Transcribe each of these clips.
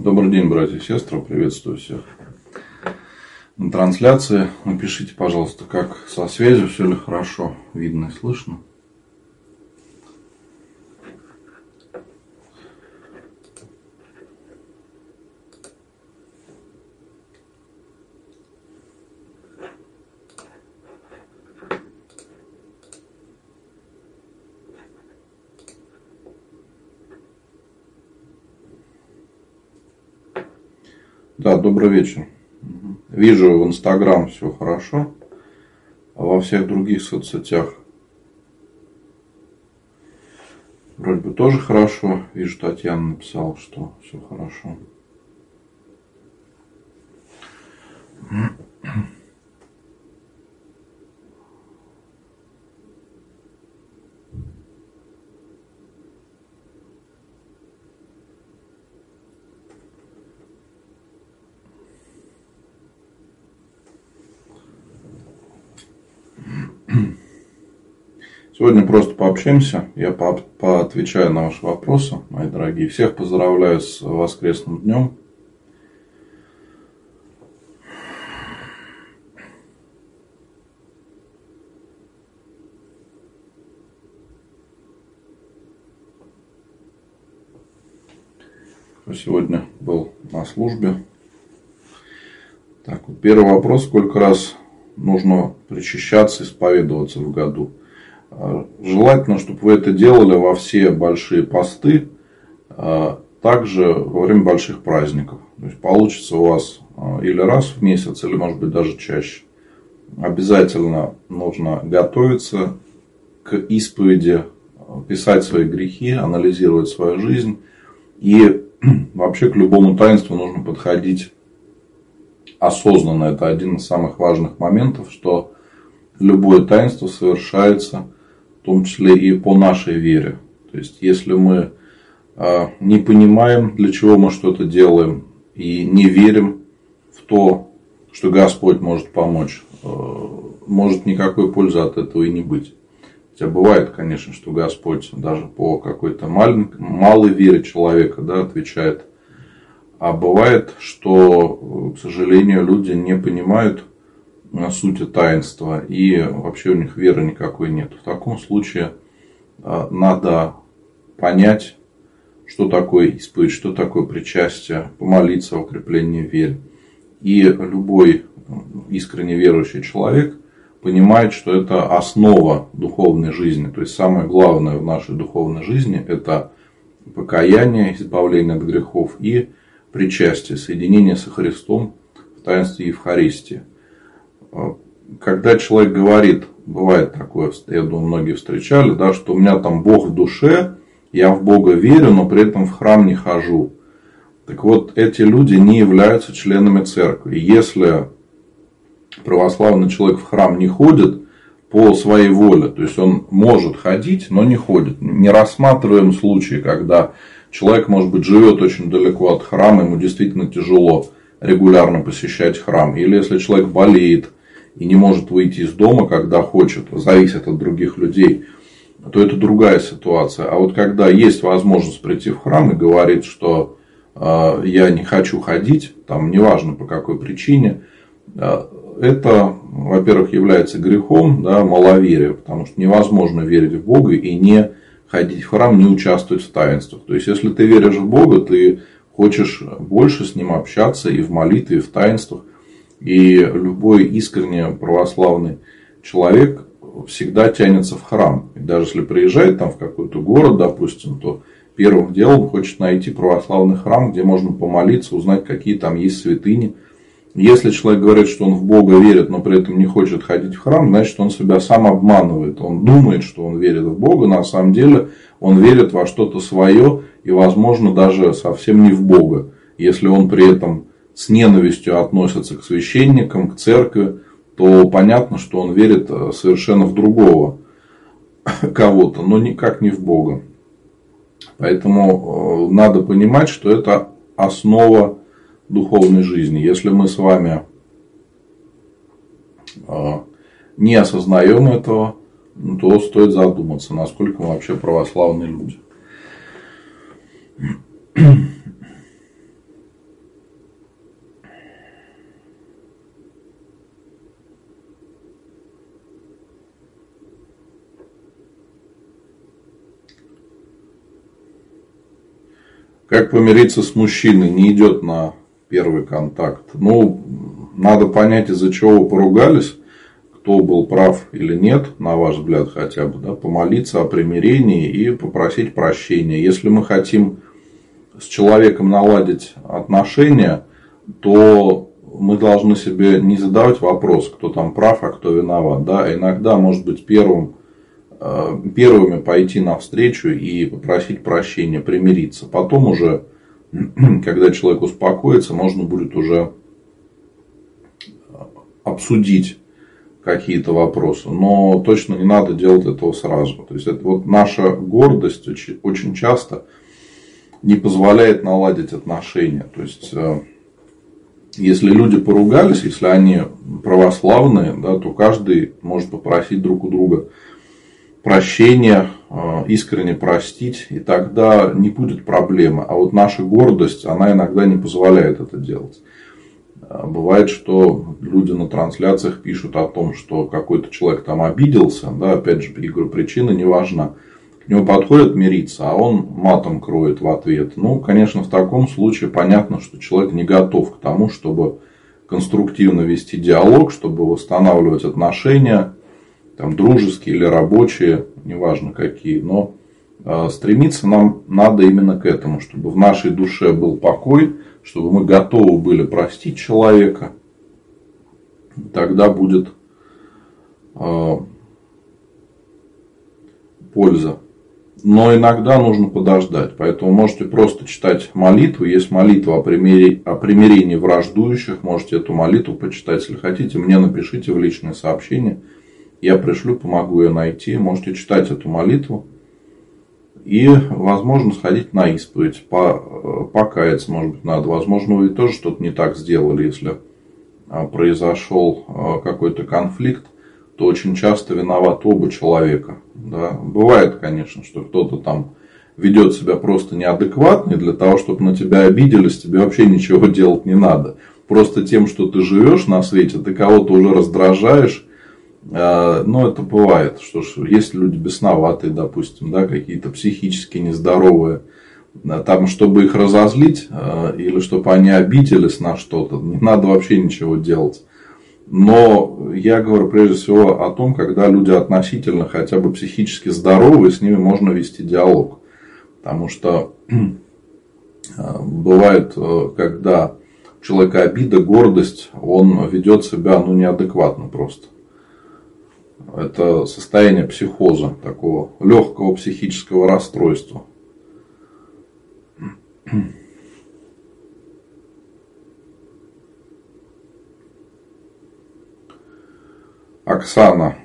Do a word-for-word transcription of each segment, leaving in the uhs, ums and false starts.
Добрый день, братья и сестры, приветствую всех на трансляции. Напишите, пожалуйста, как со связью, все ли хорошо видно и слышно. Да, добрый вечер. Вижу, в Инстаграм все хорошо, а во всех других соцсетях вроде бы тоже хорошо. Вижу, Татьяна написала, что все хорошо. Сегодня просто пообщаемся, я по поотвечаю на ваши вопросы, мои дорогие. Всех поздравляю с воскресным днем. Кто сегодня был на службе. Так, вот первый вопрос. Сколько раз нужно причащаться, исповедоваться в году? Желательно, чтобы вы это делали во все большие посты, также во время больших праздников. То есть получится у вас или раз в месяц, или может быть даже чаще. Обязательно нужно готовиться к исповеди, писать свои грехи, анализировать свою жизнь. И вообще к любому таинству нужно подходить осознанно. Это один из самых важных моментов, что любое таинство совершается в том числе и по нашей вере. То есть, если мы э, не понимаем, для чего мы что-то делаем, и не верим в то, что Господь может помочь, э, может никакой пользы от этого и не быть. Хотя бывает, конечно, что Господь даже по какой-то маленькой, малой вере человека, да, отвечает. А бывает, что, к сожалению, люди не понимают сути таинства, и вообще у них веры никакой нет. В таком случае надо понять, что такое исповедь, что такое причастие, помолиться о укреплении веры. И любой искренне верующий человек понимает, что это основа духовной жизни. То есть самое главное в нашей духовной жизни – это покаяние, избавление от грехов и причастие, соединение со Христом в таинстве Евхаристии. Когда человек говорит, бывает такое, я думаю, многие встречали, да, что у меня там Бог в душе, я в Бога верю, но при этом в храм не хожу. Так вот, эти люди не являются членами церкви. Если православный человек в храм не ходит по своей воле, то есть он может ходить, но не ходит. Не рассматриваем случаи, когда человек, может быть, живет очень далеко от храма, ему действительно тяжело регулярно посещать храм. Или если человек болеет и не может выйти из дома, когда хочет, зависит от других людей, то это другая ситуация. А вот когда есть возможность прийти в храм и говорить, что э, я не хочу ходить, там неважно по какой причине, э, это, во-первых, является грехом, да, маловерия, потому что невозможно верить в Бога и не ходить в храм, не участвовать в таинствах. То есть, если ты веришь в Бога, ты хочешь больше с Ним общаться и в молитве, и в таинствах. И любой искренне православный человек всегда тянется в храм. И даже если приезжает там в какой-то город, допустим, то первым делом хочет найти православный храм, где можно помолиться, узнать, какие там есть святыни. Если человек говорит, что он в Бога верит, но при этом не хочет ходить в храм, значит, он себя сам обманывает. Он думает, что он верит в Бога, на самом деле он верит во что-то свое и, возможно, даже совсем не в Бога. Если он при этом с ненавистью относится к священникам, к церкви, то понятно, что он верит совершенно в другого кого-то, но никак не в Бога. Поэтому надо понимать, что это основа духовной жизни. Если мы с вами не осознаем этого, то стоит задуматься, насколько мы вообще православные люди. Как помириться с мужчиной? Не идет на первый контакт. Ну, надо понять, из-за чего вы поругались, кто был прав или нет, на ваш взгляд хотя бы, да, помолиться о примирении и попросить прощения. Если мы хотим с человеком наладить отношения, то мы должны себе не задавать вопрос, кто там прав, а кто виноват. Да? Иногда, может быть, первым, первыми пойти навстречу и попросить прощения, примириться. Потом уже, когда человек успокоится, можно будет уже обсудить какие-то вопросы. Но точно не надо делать этого сразу. То есть, это вот наша гордость очень, очень часто не позволяет наладить отношения. То есть, если люди поругались, если они православные, да, то каждый может попросить друг у друга прощения, искренне простить, и тогда не будет проблемы. А вот наша гордость, она иногда не позволяет это делать. Бывает, что люди на трансляциях пишут о том, что какой-то человек там обиделся, да, опять же, я говорю, причина не важна. К нему подходят мириться, а он матом кроет в ответ. Ну, конечно, в таком случае понятно, что человек не готов к тому, чтобы конструктивно вести диалог, чтобы восстанавливать отношения, там, дружеские или рабочие, неважно какие. Но э, стремиться нам надо именно к этому, чтобы в нашей душе был покой, чтобы мы готовы были простить человека. Тогда будет э, польза. Но иногда нужно подождать. Поэтому можете просто читать молитву. Есть молитва о примирении, о примирении враждующих. Можете эту молитву почитать, если хотите. Мне напишите в личное сообщение. Я пришлю, помогу ее найти. Можете читать эту молитву. И, возможно, сходить на исповедь. Покаяться, может быть, надо. Возможно, вы тоже что-то не так сделали. Если произошел какой-то конфликт, то очень часто виноваты оба человека. Да? Бывает, конечно, что кто-то там ведет себя просто неадекватно, и для того, чтобы на тебя обиделись, тебе вообще ничего делать не надо. Просто тем, что ты живешь на свете, ты кого-то уже раздражаешь. Ну, это бывает. Что ж, есть люди бесноватые, допустим, да, какие-то психически нездоровые. Там, чтобы их разозлить, или чтобы они обиделись на что-то, не надо вообще ничего делать. Но я говорю прежде всего о том, когда люди относительно хотя бы психически здоровы, с ними можно вести диалог. Потому что бывает, когда у человека обида, гордость, он ведет себя ну, неадекватно просто. Это состояние психоза, такого легкого психического расстройства. Оксана,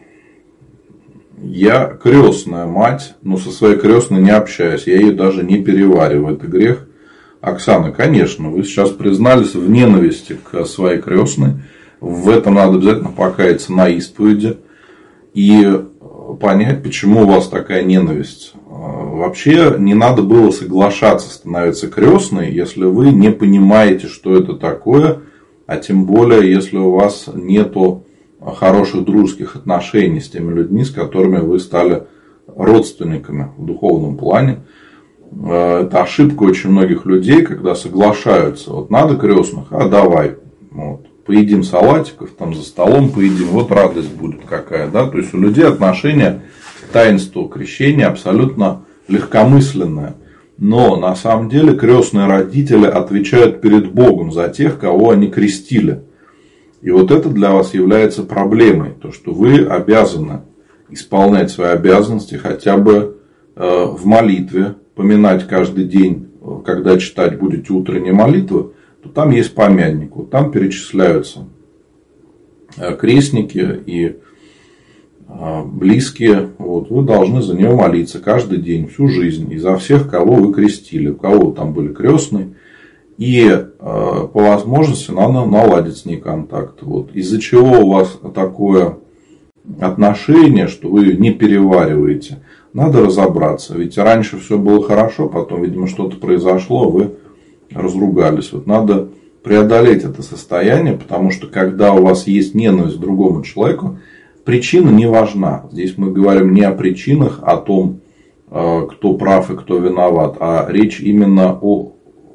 я крестная мать, но со своей крестной не общаюсь, я ее даже не перевариваю, это грех. Оксана, конечно, вы сейчас признались в ненависти к своей крестной, в этом надо обязательно покаяться на исповеди и понять, почему у вас такая ненависть. Вообще не надо было соглашаться становиться крестной, если вы не понимаете, что это такое, а тем более, если у вас нету хороших дружеских отношений с теми людьми, с которыми вы стали родственниками в духовном плане. Это ошибка очень многих людей, когда соглашаются. Вот надо крестных, а давай. Вот, поедим салатиков, там за столом поедим. Вот радость будет какая. Да? То есть у людей отношение к таинству крещения абсолютно легкомысленное. Но на самом деле крестные родители отвечают перед Богом за тех, кого они крестили. И вот это для вас является проблемой. То, что вы обязаны исполнять свои обязанности хотя бы в молитве. Поминать каждый день, когда читать будете утренние молитвы, то там есть помянник. Вот там перечисляются крестники и близкие. Вот, вы должны за него молиться каждый день, всю жизнь. И за всех, кого вы крестили. У кого там были крестные. И э, по возможности надо наладить с ней контакт. Вот. Из-за чего у вас такое отношение, что вы не перевариваете, надо разобраться. Ведь раньше все было хорошо, потом, видимо, что-то произошло, вы разругались. Вот надо преодолеть это состояние, потому что когда у вас есть ненависть к другому человеку, причина не важна. Здесь мы говорим не о причинах, о том, кто прав и кто виноват, а речь именно о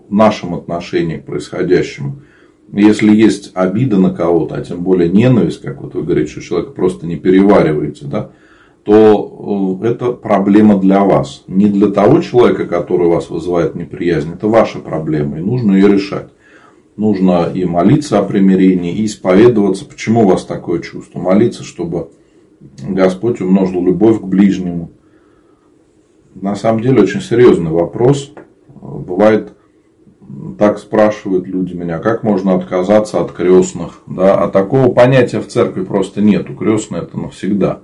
нашем отношении к происходящему. Если есть обида на кого-то, а тем более ненависть, как вот вы говорите, что человека просто не перевариваете, да, то это проблема для вас. Не для того человека, который вас вызывает неприязнь. Это ваша проблема, и нужно ее решать. Нужно и молиться о примирении, и исповедоваться. Почему у вас такое чувство? Молиться, чтобы Господь умножил любовь к ближнему. На самом деле очень серьезный вопрос. Бывает, так спрашивают люди меня, как можно отказаться от крестных. Да? А такого понятия в церкви просто нету. Крестные это навсегда.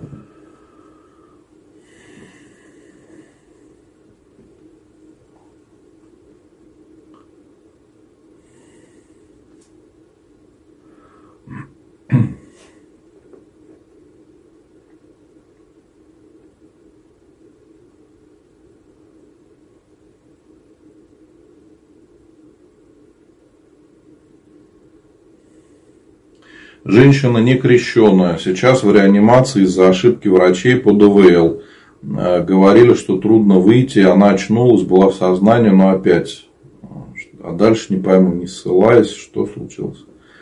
Женщина не крещенная, сейчас в реанимации из-за ошибки врачей по дэ вэ эл. Говорили, что трудно выйти, она очнулась, была в сознании, но опять. А дальше не пойму, не ссылаясь, что случилось.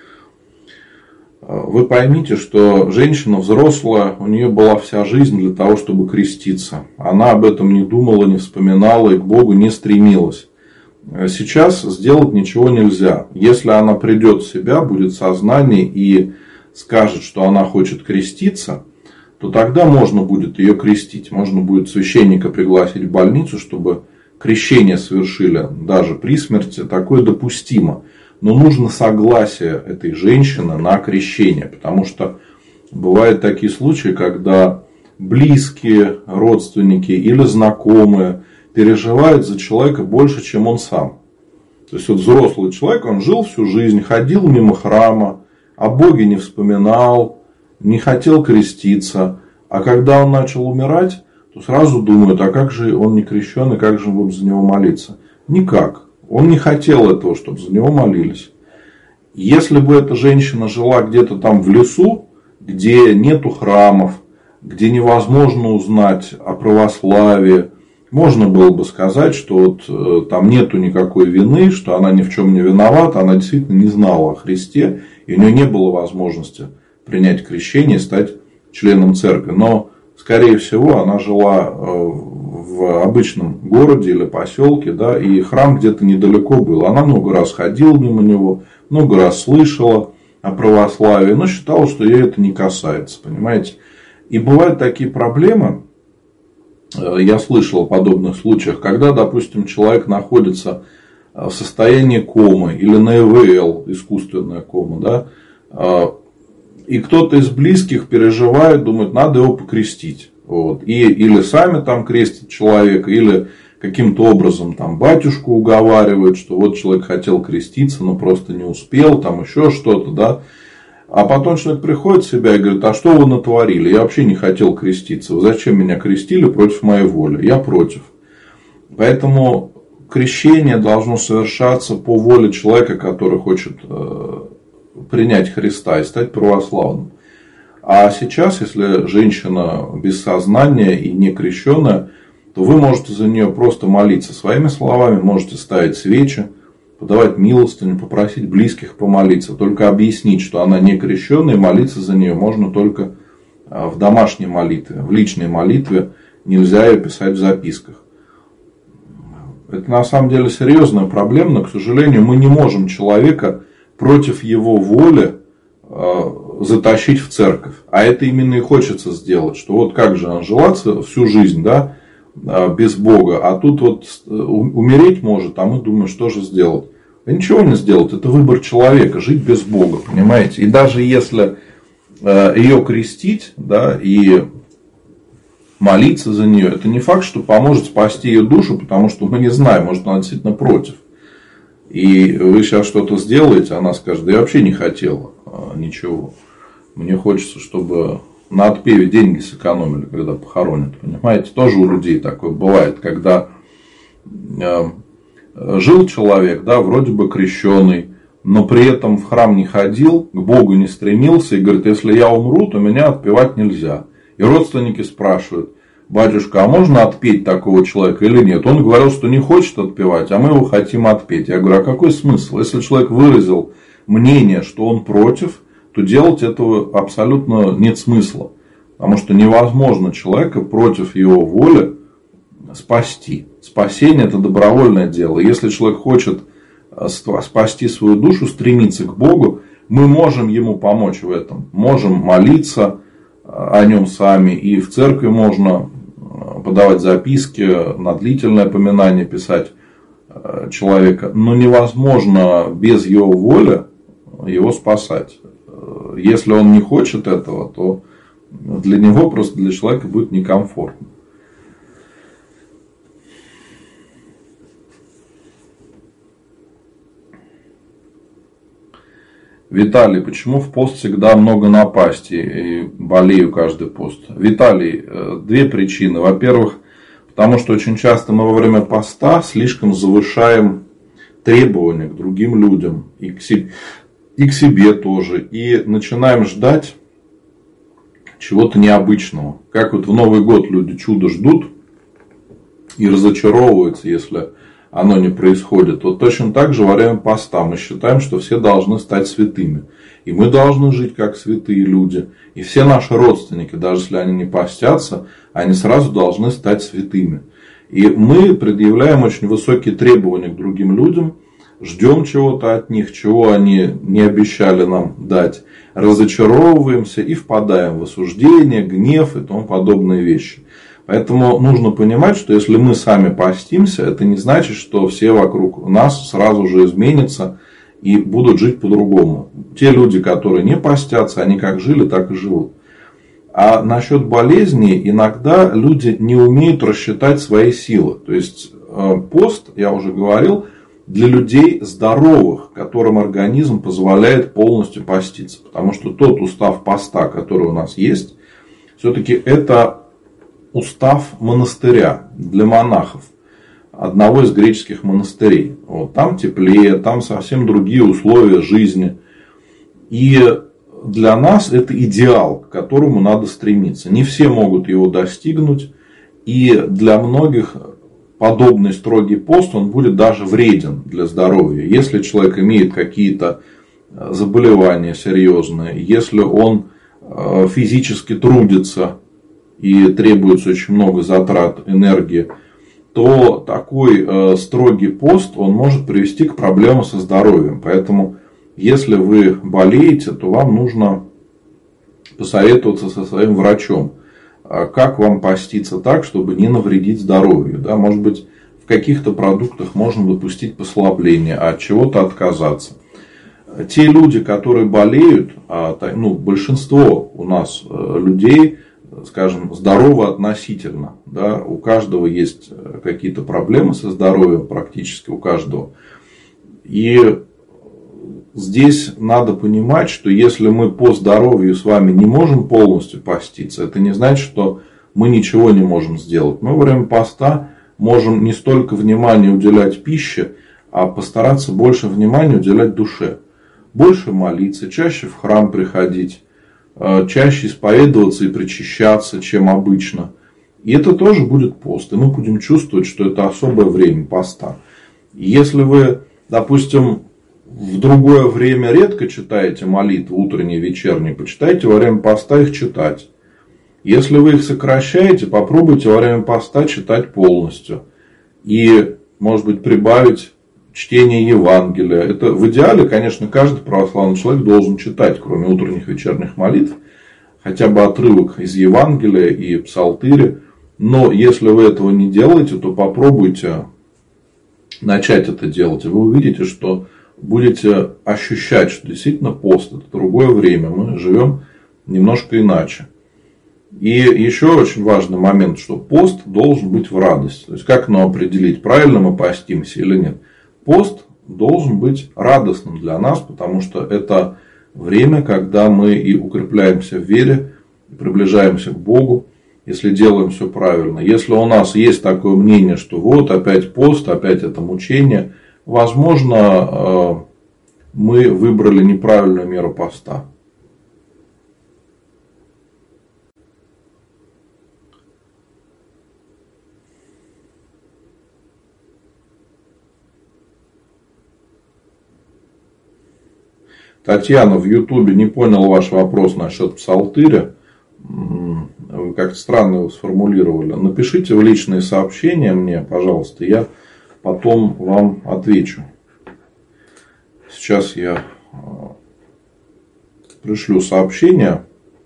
Вы поймите, что женщина взрослая, у нее была вся жизнь для того, чтобы креститься. Она об этом не думала, не вспоминала и к Богу не стремилась. Сейчас сделать ничего нельзя. Если она придет в себя, будет в сознании и скажет, что она хочет креститься, то тогда можно будет ее крестить. Можно будет священника пригласить в больницу, чтобы крещение совершили даже при смерти. Такое допустимо. Но нужно согласие этой женщины на крещение. Потому что бывают такие случаи, когда близкие, родственники или знакомые переживает за человека больше, чем он сам. То есть, вот взрослый человек, он жил всю жизнь, ходил мимо храма, о Боге не вспоминал, не хотел креститься. А когда он начал умирать, то сразу думают, а как же он не крещенный, как же будем за него молиться? Никак. Он не хотел этого, чтобы за него молились. Если бы эта женщина жила где-то там в лесу, где нету храмов, где невозможно узнать о православии, можно было бы сказать, что вот, э, там нету никакой вины, что она ни в чем не виновата, она действительно не знала о Христе, и у нее не было возможности принять крещение и стать членом церкви. Но, скорее всего, она жила э, в обычном городе или поселке, да, и храм где-то недалеко был. Она много раз ходила мимо него, много раз слышала о православии, но считала, что ей это не касается, понимаете. И бывают такие проблемы. Я слышал о подобных случаях, когда, допустим, человек находится в состоянии комы или на э вэ эл, искусственная кома, да, и кто-то из близких переживает, думает, надо его покрестить. Вот. И, или сами там крестят человека, или каким-то образом там батюшку уговаривают, что вот человек хотел креститься, но просто не успел, там еще что-то, да. А потом человек приходит в себя и говорит, а что вы натворили? Я вообще не хотел креститься. Вы зачем меня крестили против моей воли? Я против. Поэтому крещение должно совершаться по воле человека, который хочет принять Христа и стать православным. А сейчас, если женщина без сознания и не крещенная, то вы можете за нее просто молиться своими словами, можете ставить свечи, подавать милостыню, попросить близких помолиться. Только объяснить, что она не крещенная, и молиться за нее можно только в домашней молитве. В личной молитве нельзя ее писать в записках. Это на самом деле серьезная проблема, но, к сожалению, мы не можем человека против его воли затащить в церковь. А это именно и хочется сделать. Что вот как же жила всю жизнь, да, без Бога, а тут вот умереть может, а мы думаем, что же сделать. Да ничего не сделать, это выбор человека, жить без Бога, понимаете. И даже если ее крестить, да, и молиться за нее, это не факт, что поможет спасти ее душу, потому что мы не знаем, может, она действительно против. И вы сейчас что-то сделаете, она скажет, да я вообще не хотела ничего. Мне хочется, чтобы на отпеве деньги сэкономили, когда похоронят. Понимаете, тоже у людей такое бывает, когда э, жил человек, да, вроде бы крещеный, но при этом в храм не ходил, к Богу не стремился и говорит, если я умру, то меня отпевать нельзя. И родственники спрашивают, батюшка, а можно отпеть такого человека или нет? Он говорил, что не хочет отпевать, а мы его хотим отпеть. Я говорю, а какой смысл? Если человек выразил мнение, что он против, то делать этого абсолютно нет смысла. Потому что невозможно человека против его воли спасти. Спасение – это добровольное дело. Если человек хочет спасти свою душу, стремиться к Богу, мы можем ему помочь в этом. Можем молиться о нем сами. И в церкви можно подавать записки, на длительное поминание писать человека. Но невозможно без его воли его спасать. Если он не хочет этого, то для него, просто для человека будет некомфортно. Виталий, почему в пост всегда много напастей и болею каждый пост? Виталий, две причины. Во-первых, потому что очень часто мы во время поста слишком завышаем требования к другим людям и к себе, и к себе тоже. И начинаем ждать чего-то необычного. Как вот в Новый год люди чудо ждут и разочаровываются, если оно не происходит. Вот точно так же во время поста мы считаем, что все должны стать святыми. И мы должны жить как святые люди. И все наши родственники, даже если они не постятся, они сразу должны стать святыми. И мы предъявляем очень высокие требования к другим людям. Ждем чего-то от них, чего они не обещали нам дать. Разочаровываемся и впадаем в осуждение, гнев и тому подобные вещи. Поэтому нужно понимать, что если мы сами постимся, это не значит, что все вокруг нас сразу же изменятся и будут жить по-другому. Те люди, которые не постятся, они как жили, так и живут. А насчет болезней, иногда люди не умеют рассчитать свои силы. То есть пост, я уже говорил, для людей здоровых, которым организм позволяет полностью поститься. Потому что тот устав поста, который у нас есть, все-таки это устав монастыря для монахов. Одного из греческих монастырей. Вот, там теплее, там совсем другие условия жизни. И для нас это идеал, к которому надо стремиться. Не все могут его достигнуть. И для многих подобный строгий пост, он будет даже вреден для здоровья. Если человек имеет какие-то заболевания серьезные, если он физически трудится и требуется очень много затрат энергии, то такой строгий пост, он может привести к проблемам со здоровьем. Поэтому, если вы болеете, то вам нужно посоветоваться со своим врачом. Как вам поститься так, чтобы не навредить здоровью. Да? Может быть, в каких-то продуктах можно допустить послабление, а от чего-то отказаться. Те люди, которые болеют, ну, большинство у нас людей, скажем, здоровы относительно. Да? У каждого есть какие-то проблемы со здоровьем, практически у каждого. И здесь надо понимать, что если мы по здоровью с вами не можем полностью поститься, это не значит, что мы ничего не можем сделать. Мы во время поста можем не столько внимания уделять пище, а постараться больше внимания уделять душе. Больше молиться, чаще в храм приходить, чаще исповедоваться и причащаться, чем обычно. И это тоже будет пост. И мы будем чувствовать, что это особое время поста. Если вы, допустим, в другое время редко читаете молитвы, утренние, вечерние, почитайте во время поста их читать. Если вы их сокращаете, попробуйте во время поста читать полностью. И, может быть, прибавить чтение Евангелия. Это в идеале, конечно, каждый православный человек должен читать, кроме утренних и вечерних молитв, хотя бы отрывок из Евангелия и псалтыри. Но если вы этого не делаете, то попробуйте начать это делать. И вы увидите, что будете ощущать, что действительно пост – это другое время. Мы живем немножко иначе. И еще очень важный момент, что пост должен быть в радость. То есть, как нам определить, правильно мы постимся или нет? Пост должен быть радостным для нас, потому что это время, когда мы и укрепляемся в вере, и приближаемся к Богу, если делаем все правильно. Если у нас есть такое мнение, что вот опять пост, опять это мучение, возможно, мы выбрали неправильную меру поста. Татьяна, в Ютубе не понял ваш вопрос насчет псалтыря. Вы как-то странно его сформулировали. Напишите в личные сообщения мне, пожалуйста, я потом вам отвечу. Сейчас я пришлю сообщение.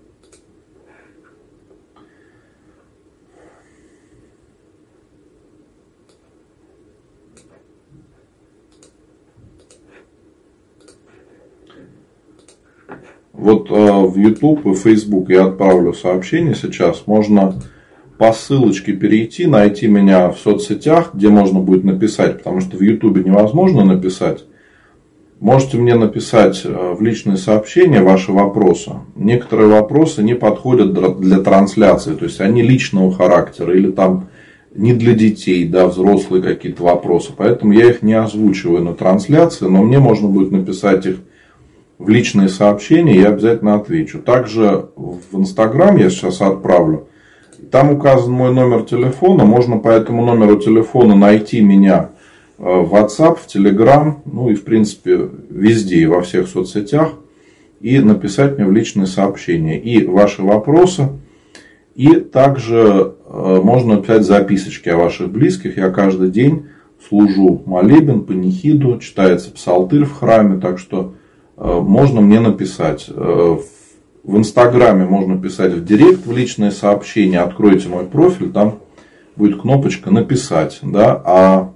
Вот э, в YouTube и Facebook я отправлю сообщение сейчас. Можно по ссылочке перейти, найти меня в соцсетях, где можно будет написать, потому что в YouTube невозможно написать. Можете мне написать в личные сообщения ваши вопросы. Некоторые вопросы не подходят для трансляции, то есть они личного характера или там не для детей, да, взрослые какие-то вопросы. Поэтому я их не озвучиваю на трансляции, но мне можно будет написать их в личные сообщения, я обязательно отвечу. Также в Инстаграм я сейчас отправлю. Там указан мой номер телефона. Можно по этому номеру телефона найти меня в WhatsApp, в Telegram, ну и в принципе везде, во всех соцсетях. И написать мне в личные сообщения. И ваши вопросы. И также можно написать записочки о ваших близких. Я каждый день служу молебен, панихиду, читается псалтырь в храме. Так что можно мне написать. В Инстаграме можно писать в директ, в личные сообщения. Откройте мой профиль, там будет кнопочка «Написать». Да? А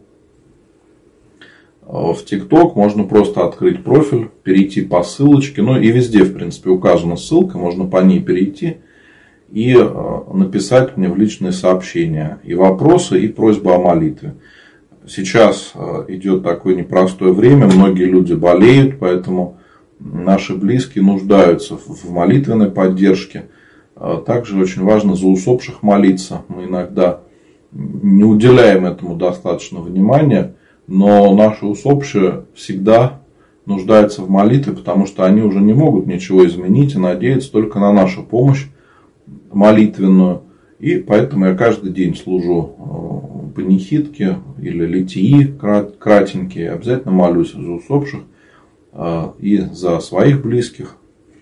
в ТикТок можно просто открыть профиль, перейти по ссылочке. Ну и везде, в принципе, указана ссылка. Можно по ней перейти и написать мне в личные сообщения. И вопросы, и просьбы о молитве. Сейчас идет такое непростое время. Многие люди болеют, поэтому наши близкие нуждаются в молитвенной поддержке. Также очень важно за усопших молиться. Мы иногда не уделяем этому достаточно внимания, но наши усопшие всегда нуждаются в молитве, потому что они уже не могут ничего изменить и надеются только на нашу помощь молитвенную. И поэтому я каждый день служу панихидки или литии кратенькие. Обязательно молюсь за усопших и за своих близких.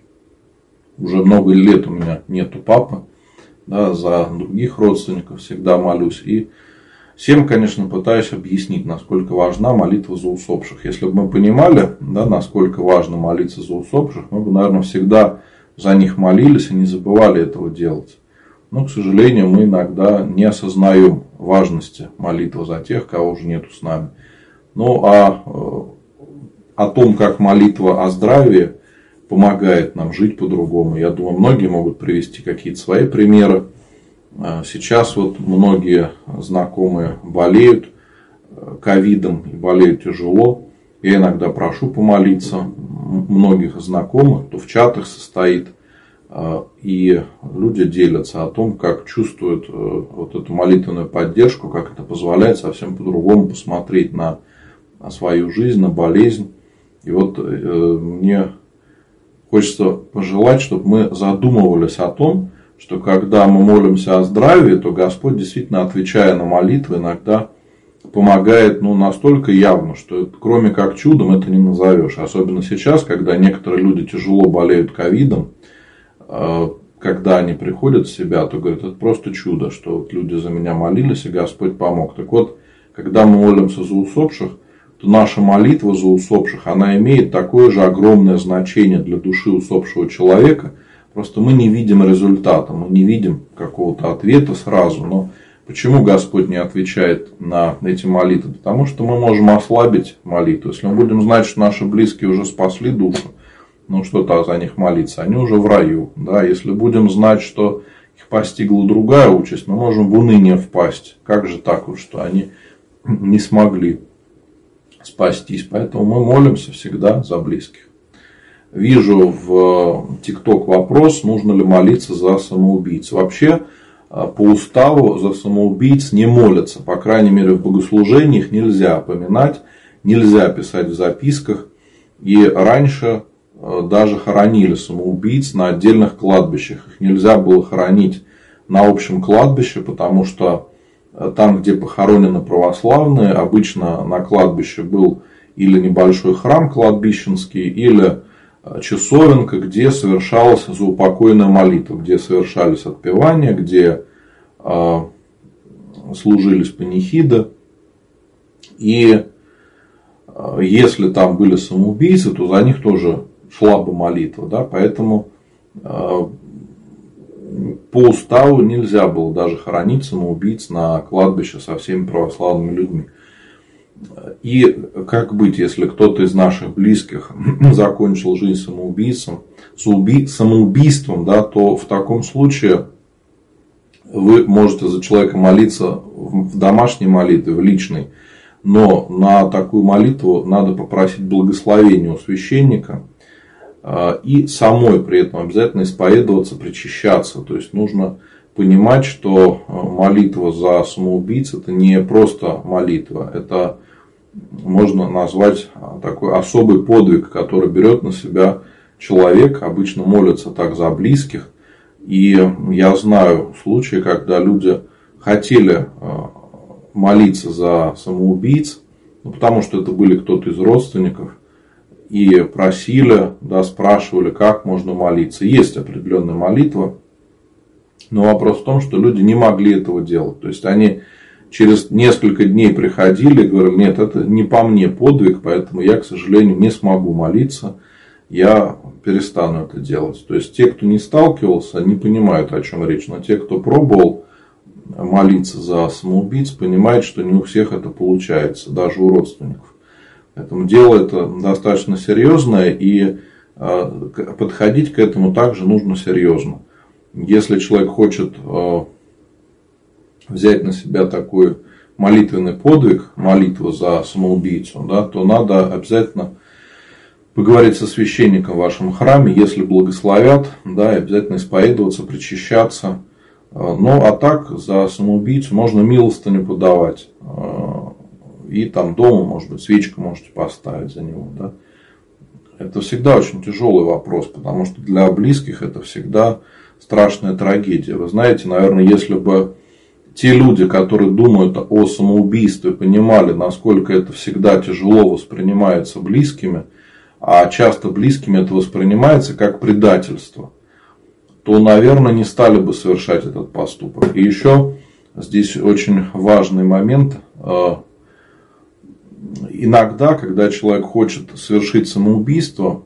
Уже много лет у меня нету папы. Да, за других родственников всегда молюсь. И всем, конечно, пытаюсь объяснить, насколько важна молитва за усопших. Если бы мы понимали, да, насколько важно молиться за усопших, мы бы, наверное, всегда за них молились и не забывали этого делать. Но, к сожалению, мы иногда не осознаем важности молитвы за тех, кого уже нету с нами. Ну, а о том, как молитва о здравии помогает нам жить по-другому, я думаю, многие могут привести какие-то свои примеры. Сейчас вот многие знакомые болеют ковидом и болеют тяжело. Я иногда прошу помолиться многих знакомых, кто в чатах состоит. И люди делятся о том, как чувствуют вот эту молитвенную поддержку, как это позволяет совсем по-другому посмотреть на свою жизнь, на болезнь. И вот мне хочется пожелать, чтобы мы задумывались о том, что когда мы молимся о здравии, то Господь, действительно, отвечая на молитвы, иногда помогает, ну, настолько явно, что это, кроме как чудом, это не назовешь. Особенно сейчас, когда некоторые люди тяжело болеют ковидом, когда они приходят в себя, то говорят, это просто чудо, что вот люди за меня молились, и Господь помог. Так вот, когда мы молимся за усопших, то наша молитва за усопших, она имеет такое же огромное значение для души усопшего человека. Просто мы не видим результата, мы не видим какого-то ответа сразу. Но почему Господь не отвечает на эти молитвы? Потому что мы можем ослабить молитву. Если мы будем знать, что наши близкие уже спасли душу, ну что-то за них молиться, они уже в раю. Да? Если будем знать, что их постигла другая участь, мы можем в уныние впасть. Как же так, вот, что они не смогли спастись? Поэтому мы молимся всегда за близких. Вижу в ТикТок вопрос, нужно ли молиться за самоубийц. Вообще, по уставу за самоубийц не молятся. По крайней мере, в богослужениях нельзя поминать, нельзя писать в записках. И раньше даже хоронили самоубийц на отдельных кладбищах. Их нельзя было хоронить на общем кладбище, потому что там, где похоронены православные, обычно на кладбище был или небольшой храм кладбищенский, или часовенка, где совершалась заупокойная молитва, где совершались отпевания, где э, служились панихиды. И э, если там были самоубийцы, то за них тоже шла бы молитва. Да? Поэтому э, по уставу нельзя было даже хоронить самоубийц на кладбище со всеми православными людьми. И как быть, если кто-то из наших близких закончил жизнь самоубийцем, самоубийством, да, то в таком случае вы можете за человека молиться в домашней молитве, в личной, но на такую молитву надо попросить благословения у священника и самой при этом обязательно исповедоваться, причащаться. То есть нужно понимать, что молитва за самоубийц — это не просто молитва, это можно назвать такой особый подвиг, который берет на себя человек. Обычно молятся так за близких. И я знаю случаи, когда люди хотели молиться за самоубийц, ну, потому что это были кто-то из родственников, и просили, да, спрашивали, как можно молиться. Есть определенная молитва, но вопрос в том, что люди не могли этого делать. То есть они через несколько дней приходили и говорили: нет, это не по мне подвиг, поэтому я, к сожалению, не смогу молиться, я перестану это делать. То есть те, кто не сталкивался, не понимают, о чем речь, но те, кто пробовал молиться за самоубийц, понимают, что не у всех это получается, даже у родственников. Поэтому дело это достаточно серьезное, и подходить к этому также нужно серьезно. Если человек хочет взять на себя такой молитвенный подвиг, молитву за самоубийцу, да, то надо обязательно поговорить со священником в вашем храме, если благословят, да, и обязательно исповедоваться, причащаться. Ну, а так за самоубийцу можно милостыню подавать. И там дома, может быть, свечку можете поставить за него. Да. Это всегда очень тяжелый вопрос, потому что для близких это всегда страшная трагедия. Вы знаете, наверное, если бы те люди, которые думают о самоубийстве, понимали, насколько это всегда тяжело воспринимается близкими, а часто близкими это воспринимается как предательство, то, наверное, не стали бы совершать этот поступок. И еще здесь очень важный момент. Иногда, когда человек хочет совершить самоубийство,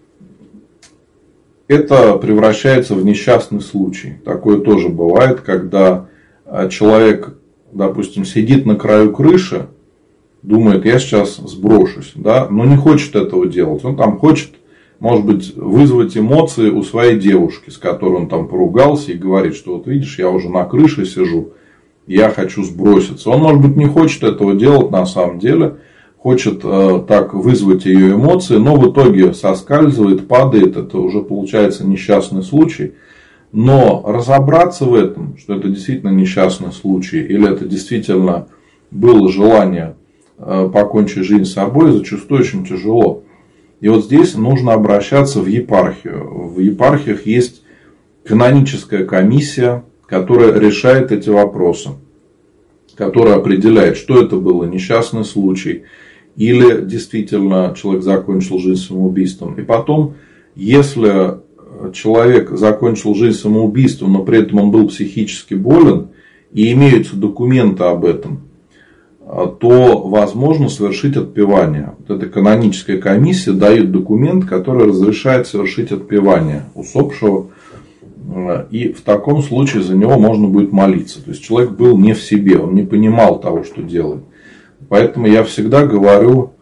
это превращается в несчастный случай. Такое тоже бывает, когда человек, допустим, сидит на краю крыши, думает: я сейчас сброшусь, да, но не хочет этого делать. Он там хочет, может быть, вызвать эмоции у своей девушки, с которой он там поругался, и говорит, что вот видишь, я уже на крыше сижу, я хочу сброситься. Он, может быть, не хочет этого делать на самом деле, хочет э, так вызвать ее эмоции, но в итоге соскальзывает, падает, это уже получается несчастный случай. Но разобраться в этом, что это действительно несчастный случай, или это действительно было желание э, покончить жизнь с собой, зачастую очень тяжело. И вот здесь нужно обращаться в епархию. В епархиях есть каноническая комиссия, которая решает эти вопросы, которая определяет, что это было несчастный случай, или действительно человек закончил жизнь самоубийством. И потом, если человек закончил жизнь самоубийством, но при этом он был психически болен, и имеются документы об этом, то возможно совершить отпевание. Вот эта каноническая комиссия дает документ, который разрешает совершить отпевание усопшего. И в таком случае за него можно будет молиться. То есть человек был не в себе, он не понимал того, что делает. Поэтому я всегда говорю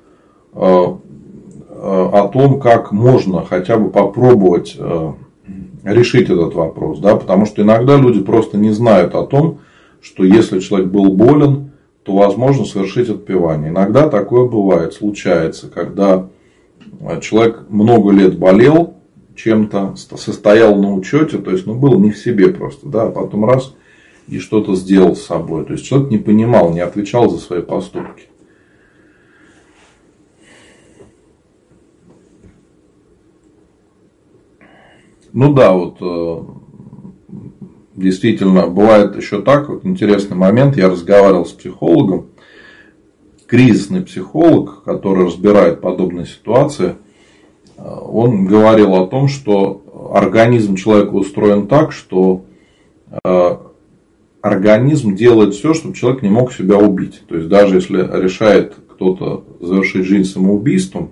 о том, как можно хотя бы попробовать решить этот вопрос. Да? Потому что иногда люди просто не знают о том, что если человек был болен, то возможно совершить отпевание. Иногда такое бывает, случается, когда человек много лет болел чем-то, состоял на учете, то есть ну, был не в себе просто, да, а потом раз и что-то сделал с собой. То есть человек не понимал, не отвечал за свои поступки. Ну да, вот действительно бывает еще так, вот интересный момент, я разговаривал с психологом, кризисный психолог, который разбирает подобные ситуации, он говорил о том, что организм человека устроен так, что организм делает все, чтобы человек не мог себя убить. То есть, даже если решает кто-то завершить жизнь самоубийством,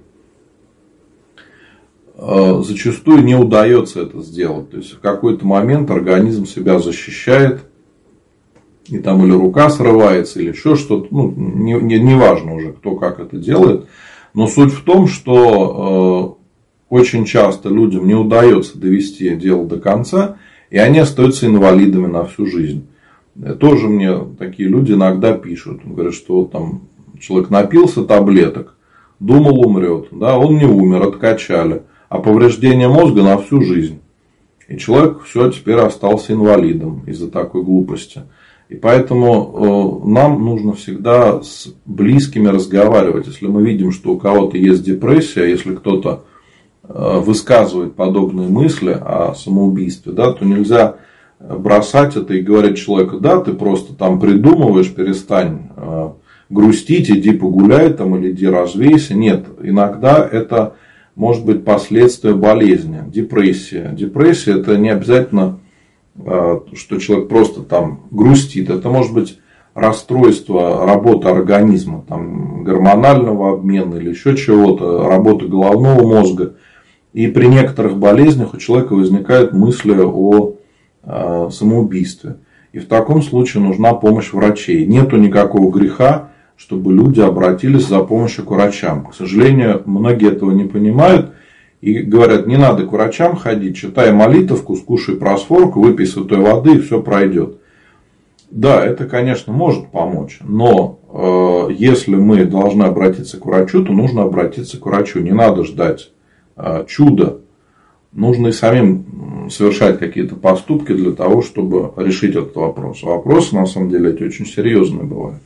зачастую не удается это сделать. То есть, в какой-то момент организм себя защищает, и там или рука срывается, или еще что-то. Ну, не, не, не важно уже, кто как это делает. Но суть в том, что э, очень часто людям не удается довести дело до конца, и они остаются инвалидами на всю жизнь. Тоже мне такие люди иногда пишут. Говорят, что вот там человек напился таблеток, думал умрет. Да, он не умер, откачали. А повреждение мозга на всю жизнь. И человек все, теперь остался инвалидом из-за такой глупости. И поэтому э, нам нужно всегда с близкими разговаривать. Если мы видим, что у кого-то есть депрессия, если кто-то э, высказывает подобные мысли о самоубийстве, да, то нельзя бросать это и говорить человеку: да, ты просто там придумываешь, перестань э, грустить, иди погуляй там, или иди развейся. Нет, иногда это может быть последствия болезни, депрессия. Депрессия — это не обязательно, что человек просто там грустит. Это может быть расстройство работы организма, там, гормонального обмена или еще чего-то, работы головного мозга. И при некоторых болезнях у человека возникают мысли о э, самоубийстве. И в таком случае нужна помощь врачей. Нету никакого греха, чтобы люди обратились за помощью к врачам. К сожалению, многие этого не понимают. И говорят: не надо к врачам ходить, читай молитвку, скушай просфорку, выпей святой воды, и все пройдет. Да, это, конечно, может помочь. Но э, если мы должны обратиться к врачу, то нужно обратиться к врачу. Не надо ждать э, чуда. Нужно и самим совершать какие-то поступки для того, чтобы решить этот вопрос. Вопросы, на самом деле, эти очень серьезные бывают.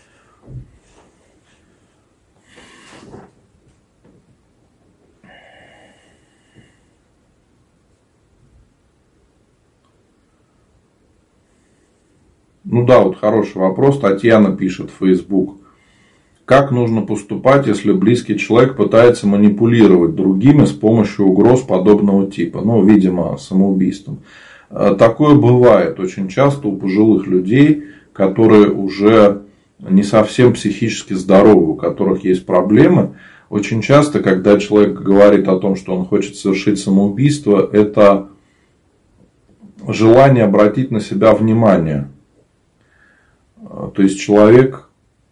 Ну да, вот хороший вопрос. Татьяна пишет в Facebook. Как нужно поступать, если близкий человек пытается манипулировать другими с помощью угроз подобного типа? Ну, видимо, самоубийством. Такое бывает очень часто у пожилых людей, которые уже не совсем психически здоровы, у которых есть проблемы. Очень часто, когда человек говорит о том, что он хочет совершить самоубийство, это желание обратить на себя внимание. То есть человек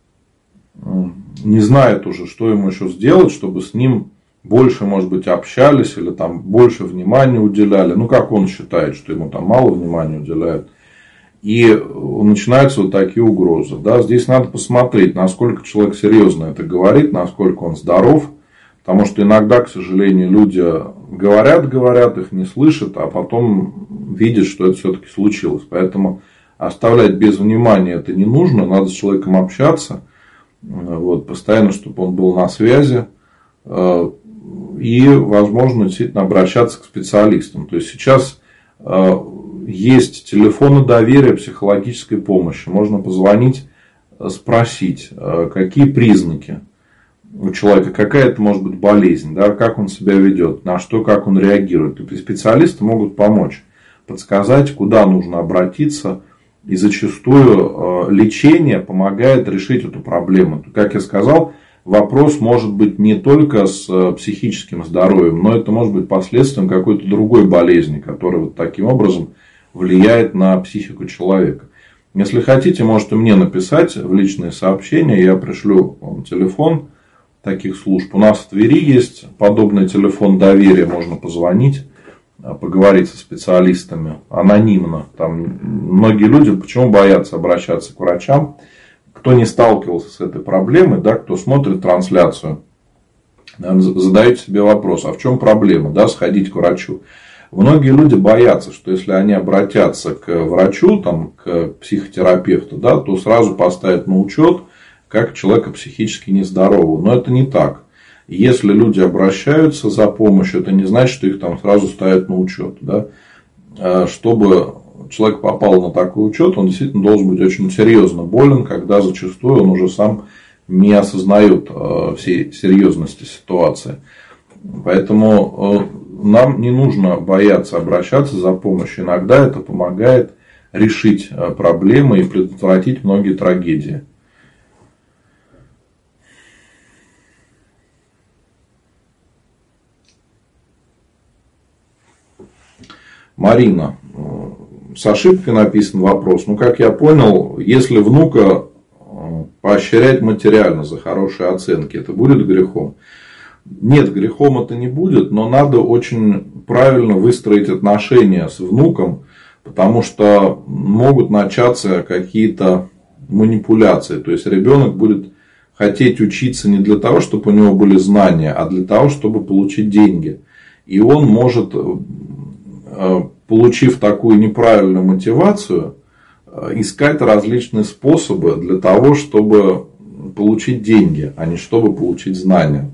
не знает уже, что ему еще сделать, чтобы с ним больше, может быть, общались или там больше внимания уделяли. Ну, как он считает, что ему там мало внимания уделяют. И начинаются вот такие угрозы. Да? Здесь надо посмотреть, насколько человек серьезно это говорит, насколько он здоров. Потому что иногда, к сожалению, люди говорят, говорят, их не слышат, а потом видят, что это все-таки случилось. Поэтому оставлять без внимания это не нужно. Надо с человеком общаться. Вот, постоянно, чтобы он был на связи. И, возможно, действительно обращаться к специалистам. То есть сейчас есть телефоны доверия психологической помощи. Можно позвонить, спросить, какие признаки у человека, какая это может быть болезнь, да, как он себя ведет, на что, как он реагирует. И специалисты могут помочь, подсказать, куда нужно обратиться. И зачастую лечение помогает решить эту проблему. Как я сказал, вопрос может быть не только с психическим здоровьем, но это может быть последствием какой-то другой болезни, которая вот таким образом влияет на психику человека. Если хотите, можете мне написать в личные сообщения, я пришлю вам телефон таких служб. У нас в Твери есть подобный телефон доверия, можно позвонить, поговорить со специалистами анонимно. Там многие люди почему боятся обращаться к врачам? Кто не сталкивался с этой проблемой, да, кто смотрит трансляцию, задает себе вопрос: а в чем проблема, да, сходить к врачу? Многие люди боятся, что если они обратятся к врачу, там, к психотерапевту, да, то сразу поставят на учет как человека психически нездорового. Но это не так. Если люди обращаются за помощью, это не значит, что их там сразу ставят на учет. Да? Чтобы человек попал на такой учет, он действительно должен быть очень серьезно болен, когда зачастую он уже сам не осознает всей серьезности ситуации. Поэтому нам не нужно бояться обращаться за помощью. Иногда это помогает решить проблемы и предотвратить многие трагедии. Марина. С ошибкой написан вопрос. Ну, как я понял, если внука поощрять материально за хорошие оценки, это будет грехом? Нет, грехом это не будет, но надо очень правильно выстроить отношения с внуком, потому что могут начаться какие-то манипуляции. То есть ребенок будет хотеть учиться не для того, чтобы у него были знания, а для того, чтобы получить деньги. И он может, получив такую неправильную мотивацию, искать различные способы для того, чтобы получить деньги, а не чтобы получить знания.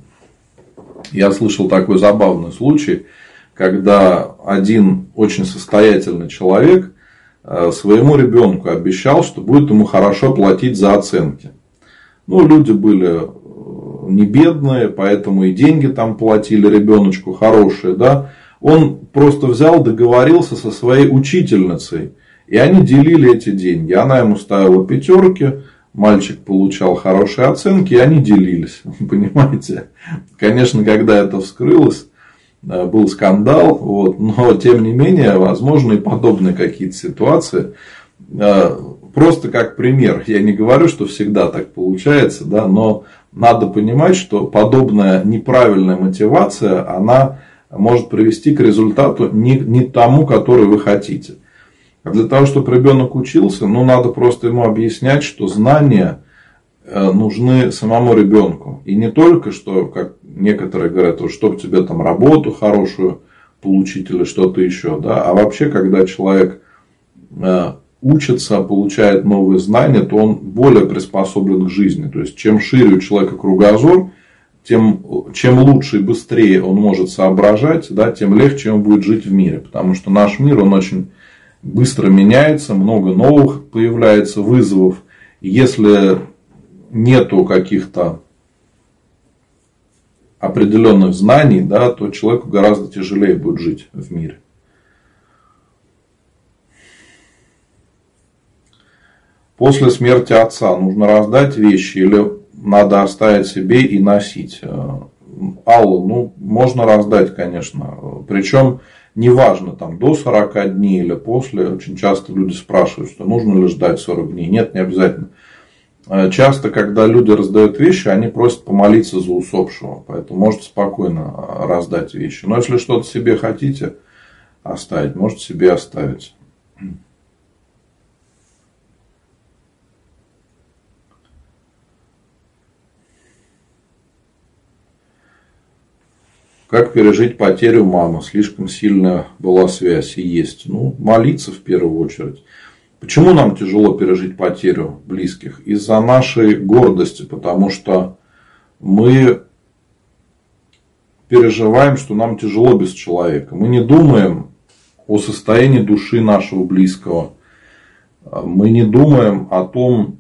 Я слышал такой забавный случай, когда один очень состоятельный человек своему ребенку обещал, что будет ему хорошо платить за оценки. Ну, люди были не бедные, поэтому и деньги там платили ребеночку хорошие, да. Он просто взял, договорился со своей учительницей, и они делили эти деньги. Она ему ставила пятерки, мальчик получал хорошие оценки, и они делились. Понимаете? Конечно, когда это вскрылось, был скандал, вот, но тем не менее, возможно, и подобные какие-то ситуации. Просто как пример. Я не говорю, что всегда так получается, да, но надо понимать, что подобная неправильная мотивация, она может привести к результату не, не тому, который вы хотите. А для того, чтобы ребенок учился, ну, надо просто ему объяснять, что знания нужны самому ребенку. И не только, что, как некоторые говорят, чтобы тебе там работу хорошую получить или что-то еще, да, а вообще, когда человек учится, получает новые знания, то он более приспособлен к жизни. То есть, чем шире у человека кругозор, тем чем лучше и быстрее он может соображать, да, тем легче он будет жить в мире. Потому что наш мир, он очень быстро меняется, много новых появляется вызовов. И если нету каких-то определенных знаний, да, то человеку гораздо тяжелее будет жить в мире. После смерти отца нужно раздать вещи или надо оставить себе и носить? Аллу, ну, можно раздать, конечно. Причем, неважно, там, до сорока дней или после. Очень часто люди спрашивают, что нужно ли ждать сорок дней. Нет, не обязательно. Часто, когда люди раздают вещи, они просят помолиться за усопшего. Поэтому можете спокойно раздать вещи. Но если что-то себе хотите оставить, можете себе оставить. Как пережить потерю мамы? Слишком сильная была связь и есть. Ну, молиться в первую очередь. Почему нам тяжело пережить потерю близких? Из-за нашей гордости. Потому что мы переживаем, что нам тяжело без человека. Мы не думаем о состоянии души нашего близкого. Мы не думаем о том,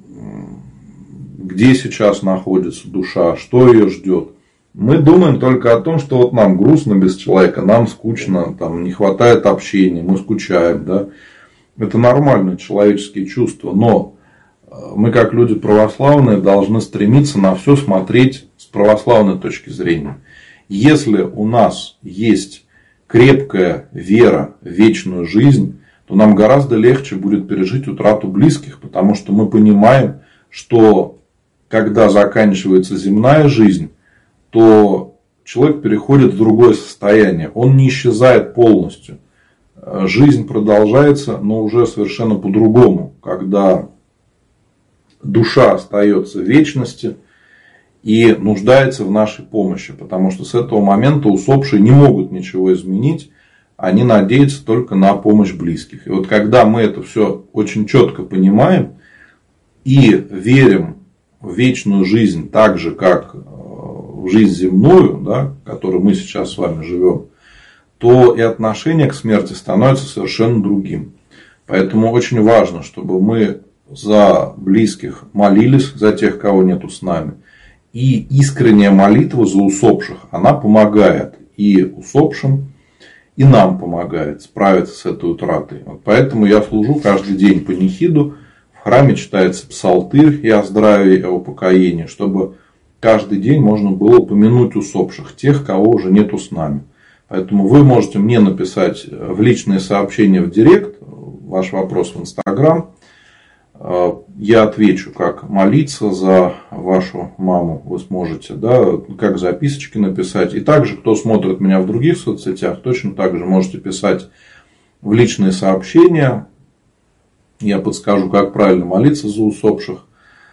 где сейчас находится душа, что ее ждет. Мы думаем только о том, что вот нам грустно без человека, нам скучно, там, не хватает общения, мы скучаем. Да? Это нормальные человеческие чувства. Но мы, как люди православные, должны стремиться на все смотреть с православной точки зрения. Если у нас есть крепкая вера в вечную жизнь, то нам гораздо легче будет пережить утрату близких, потому что мы понимаем, что когда заканчивается земная жизнь, то человек переходит в другое состояние. Он не исчезает полностью. Жизнь продолжается, но уже совершенно по-другому. Когда душа остается в вечности и нуждается в нашей помощи. Потому что с этого момента усопшие не могут ничего изменить. Они надеются только на помощь близких. И вот когда мы это все очень четко понимаем и верим в вечную жизнь так же, как в жизнь земную, да, в которой мы сейчас с вами живем, то и отношение к смерти становится совершенно другим. Поэтому очень важно, чтобы мы за близких молились, за тех, кого нету с нами, И искренняя молитва за усопших, она помогает и усопшим, и нам помогает справиться с этой утратой. Вот поэтому я служу каждый день панихиду. В храме читается псалтырь и о здравии, и о упокоении, чтобы каждый день можно было помянуть усопших, тех, кого уже нету с нами. Поэтому вы можете мне написать в личные сообщения в директ, ваш вопрос в Инстаграм. Я отвечу, как молиться за вашу маму вы сможете, да, как записочки написать. И также, кто смотрит меня в других соцсетях, точно так же можете писать в личные сообщения. Я подскажу, как правильно молиться за усопших.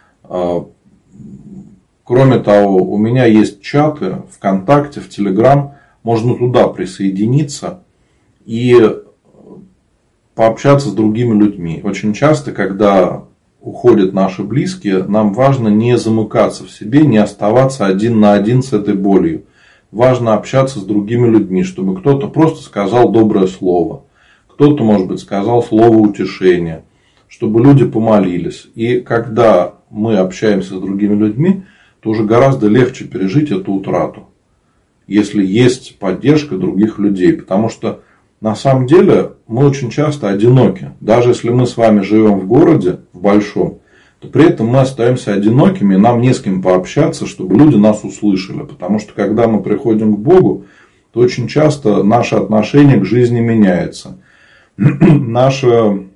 Кроме того, у меня есть чаты ВКонтакте, в Телеграм. Можно туда присоединиться и пообщаться с другими людьми. Очень часто, когда уходят наши близкие, нам важно не замыкаться в себе, не оставаться один на один с этой болью. Важно общаться с другими людьми, чтобы кто-то просто сказал доброе слово. Кто-то, может быть, сказал слово утешения. Чтобы люди помолились. И когда мы общаемся с другими людьми, то уже гораздо легче пережить эту утрату. Если есть поддержка других людей. Потому что на самом деле мы очень часто одиноки. Даже если мы с вами живем в городе, в большом, то при этом мы остаемся одинокими, и нам не с кем пообщаться, чтобы люди нас услышали. Потому что когда мы приходим к Богу, то очень часто наше отношение к жизни меняется. Наш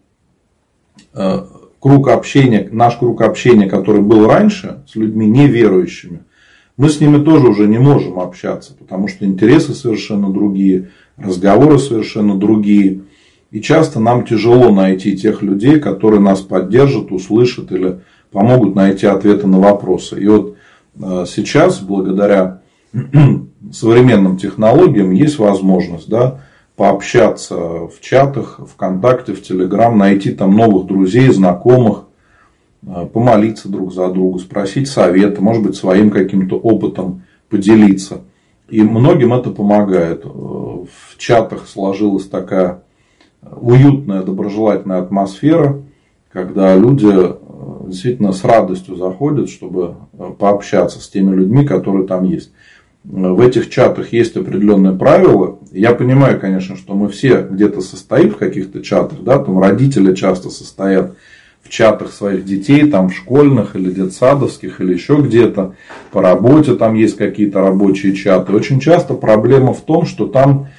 круг общения, наш круг общения, который был раньше с людьми неверующими, мы с ними тоже уже не можем общаться, потому что интересы совершенно другие, разговоры совершенно другие. И часто нам тяжело найти тех людей, которые нас поддержат, услышат или помогут найти ответы на вопросы. И вот сейчас, благодаря современным технологиям, есть возможность, да, пообщаться в чатах, ВКонтакте, в Телеграм, найти там новых друзей, знакомых, помолиться друг за друга, спросить совета, может быть, своим каким-то опытом поделиться. И многим это помогает. В чатах сложилась такая уютная, доброжелательная атмосфера, когда люди действительно с радостью заходят, чтобы пообщаться с теми людьми, которые там есть. В этих чатах есть определенные правила. Я понимаю, конечно, что мы все где-то состоим в каких-то чатах, да, там родители часто состоят в чатах своих детей, там в школьных или детсадовских, или еще где-то, по работе там есть какие-то рабочие чаты. Очень часто проблема в том, что там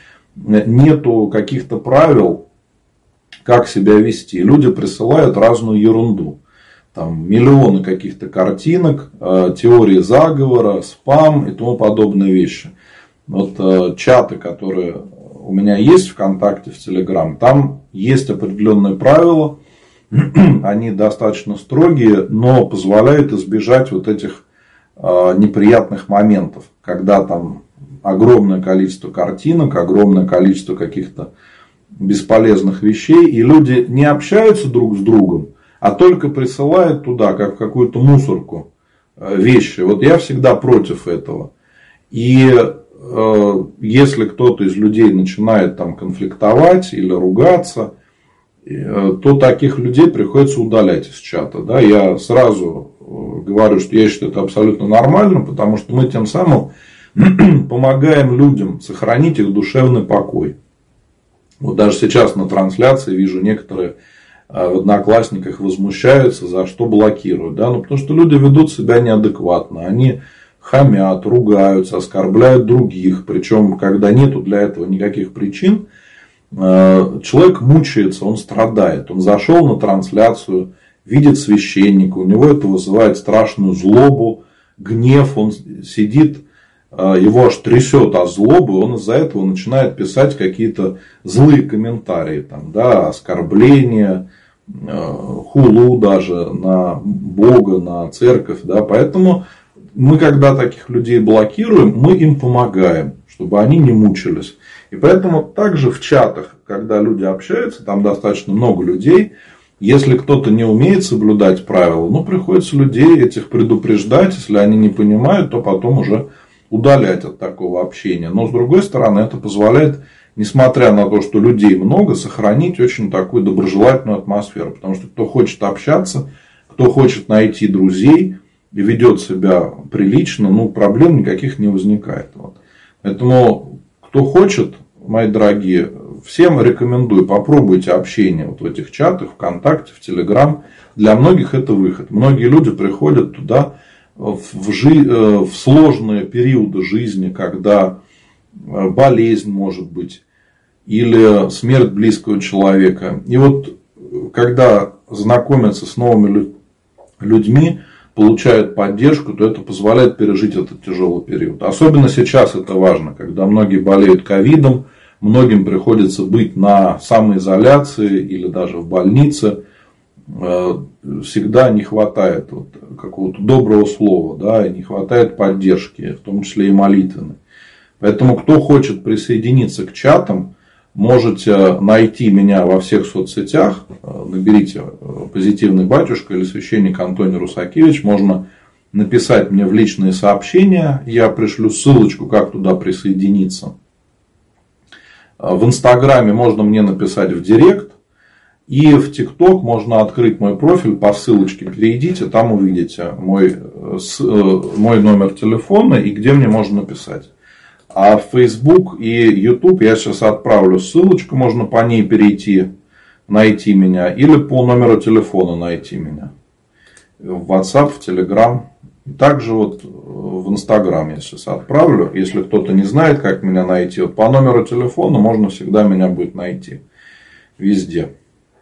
нету каких-то правил, как себя вести. Люди присылают разную ерунду. Там миллионы каких-то картинок, теории заговора, спам и тому подобные вещи. Вот чаты, которые у меня есть ВКонтакте, в Телеграм, там есть определенные правила. Они достаточно строгие, но позволяют избежать вот этих неприятных моментов, когда там огромное количество картинок, огромное количество каких-то бесполезных вещей, и люди не общаются друг с другом, а только присылают туда, как в какую-то мусорку, вещи. Вот я всегда против этого. И э, если кто-то из людей начинает там конфликтовать или ругаться, э, то таких людей приходится удалять из чата. Да? Я сразу говорю, что я считаю это абсолютно нормально, потому что мы тем самым помогаем людям сохранить их душевный покой. Вот даже сейчас на трансляции вижу, некоторые в Одноклассниках возмущаются, за что блокируют. Да? Ну, потому что люди ведут себя неадекватно. Они хамят, ругаются, оскорбляют других. Причем, когда нету для этого никаких причин, человек мучается, он страдает. Он зашел на трансляцию, видит священника, у него это вызывает страшную злобу, гнев. Он сидит, его аж трясет от злобы, он из-за этого начинает писать какие-то злые комментарии, там, да, оскорбления, хулу даже на Бога, на церковь. Да. Поэтому мы, когда таких людей блокируем, мы им помогаем, чтобы они не мучились. И поэтому также в чатах, когда люди общаются, там достаточно много людей, если кто-то не умеет соблюдать правила, ну, приходится людей этих предупреждать, если они не понимают, то потом уже удалять от такого общения. Но с другой стороны, это позволяет, несмотря на то, что людей много, сохранить очень такую доброжелательную атмосферу. Потому что кто хочет общаться, кто хочет найти друзей, и ведет себя прилично, ну, проблем никаких не возникает. Вот. Поэтому, кто хочет, мои дорогие, всем рекомендую, попробуйте общение вот в этих чатах, ВКонтакте, в Телеграм. Для многих это выход. Многие люди приходят туда в, жи... в сложные периоды жизни, когда болезнь может быть, или смерть близкого человека. И вот когда знакомятся с новыми людьми, получают поддержку, то это позволяет пережить этот тяжелый период. Особенно сейчас это важно, когда многие болеют ковидом, многим приходится быть на самоизоляции или даже в больнице. Всегда не хватает вот какого-то доброго слова, да, и не хватает поддержки, в том числе и молитвенной. Поэтому, кто хочет присоединиться к чатам, можете найти меня во всех соцсетях. Наберите «Позитивный батюшка» или священник Антоний Русакевич. Можно написать мне в личные сообщения. Я пришлю ссылочку, как туда присоединиться. В Инстаграме можно мне написать в директ. И в ТикТок можно открыть мой профиль, по ссылочке перейдите, там увидите мой, мой номер телефона и где мне можно написать. А в Facebook и YouTube я сейчас отправлю ссылочку, можно по ней перейти, найти меня, или по номеру телефона найти меня. В WhatsApp, в Telegram. И также вот в Instagram я сейчас отправлю. Если кто-то не знает, как меня найти, вот по номеру телефона можно всегда меня будет найти. Везде.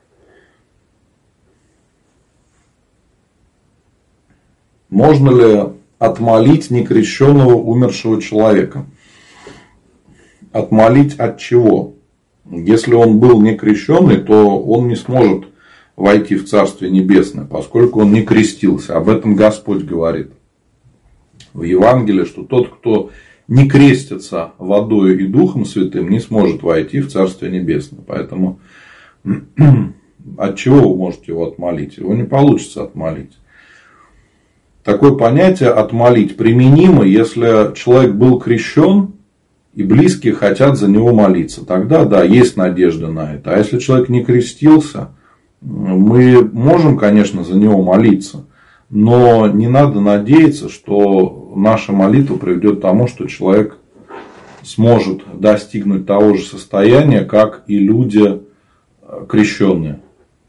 Можно ли отмолить некрещенного умершего человека? Отмолить от чего? Если он был не крещенный, то он не сможет войти в Царствие Небесное, поскольку он не крестился. Об этом Господь говорит в Евангелии, что тот, кто не крестится водой и Духом Святым, не сможет войти в Царствие Небесное. Поэтому от чего вы можете его отмолить? Его не получится отмолить. Такое понятие «отмолить» применимо, если человек был крещен, и близкие хотят за него молиться. Тогда, да, есть надежда на это. А если человек не крестился, мы можем, конечно, за него молиться. Но не надо надеяться, что наша молитва приведет к тому, что человек сможет достигнуть того же состояния, как и люди крещенные.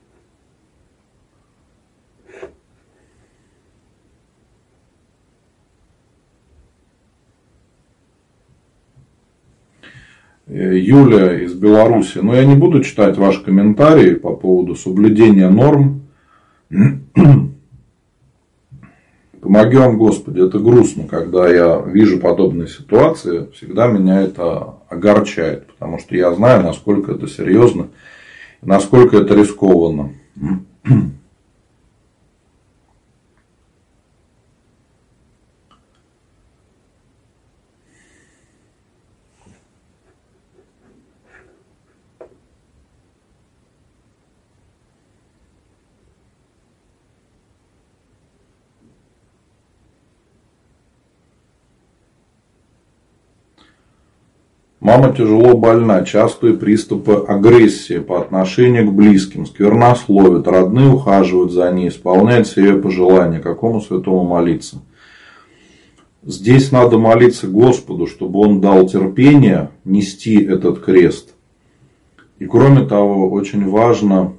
Юлия из Беларуси. Но я не буду читать ваши комментарии по поводу соблюдения норм. Помоги вам, Господи. Это грустно, когда я вижу подобные ситуации. Всегда меня это огорчает. Потому что я знаю, насколько это серьезно. Насколько это рискованно. Мама тяжело больна, частые приступы агрессии по отношению к близким, сквернословит, родные ухаживают за ней, исполняют все ее пожелания. Какому святому молиться? Здесь надо молиться Господу, чтобы Он дал терпение нести этот крест. И кроме того, очень важно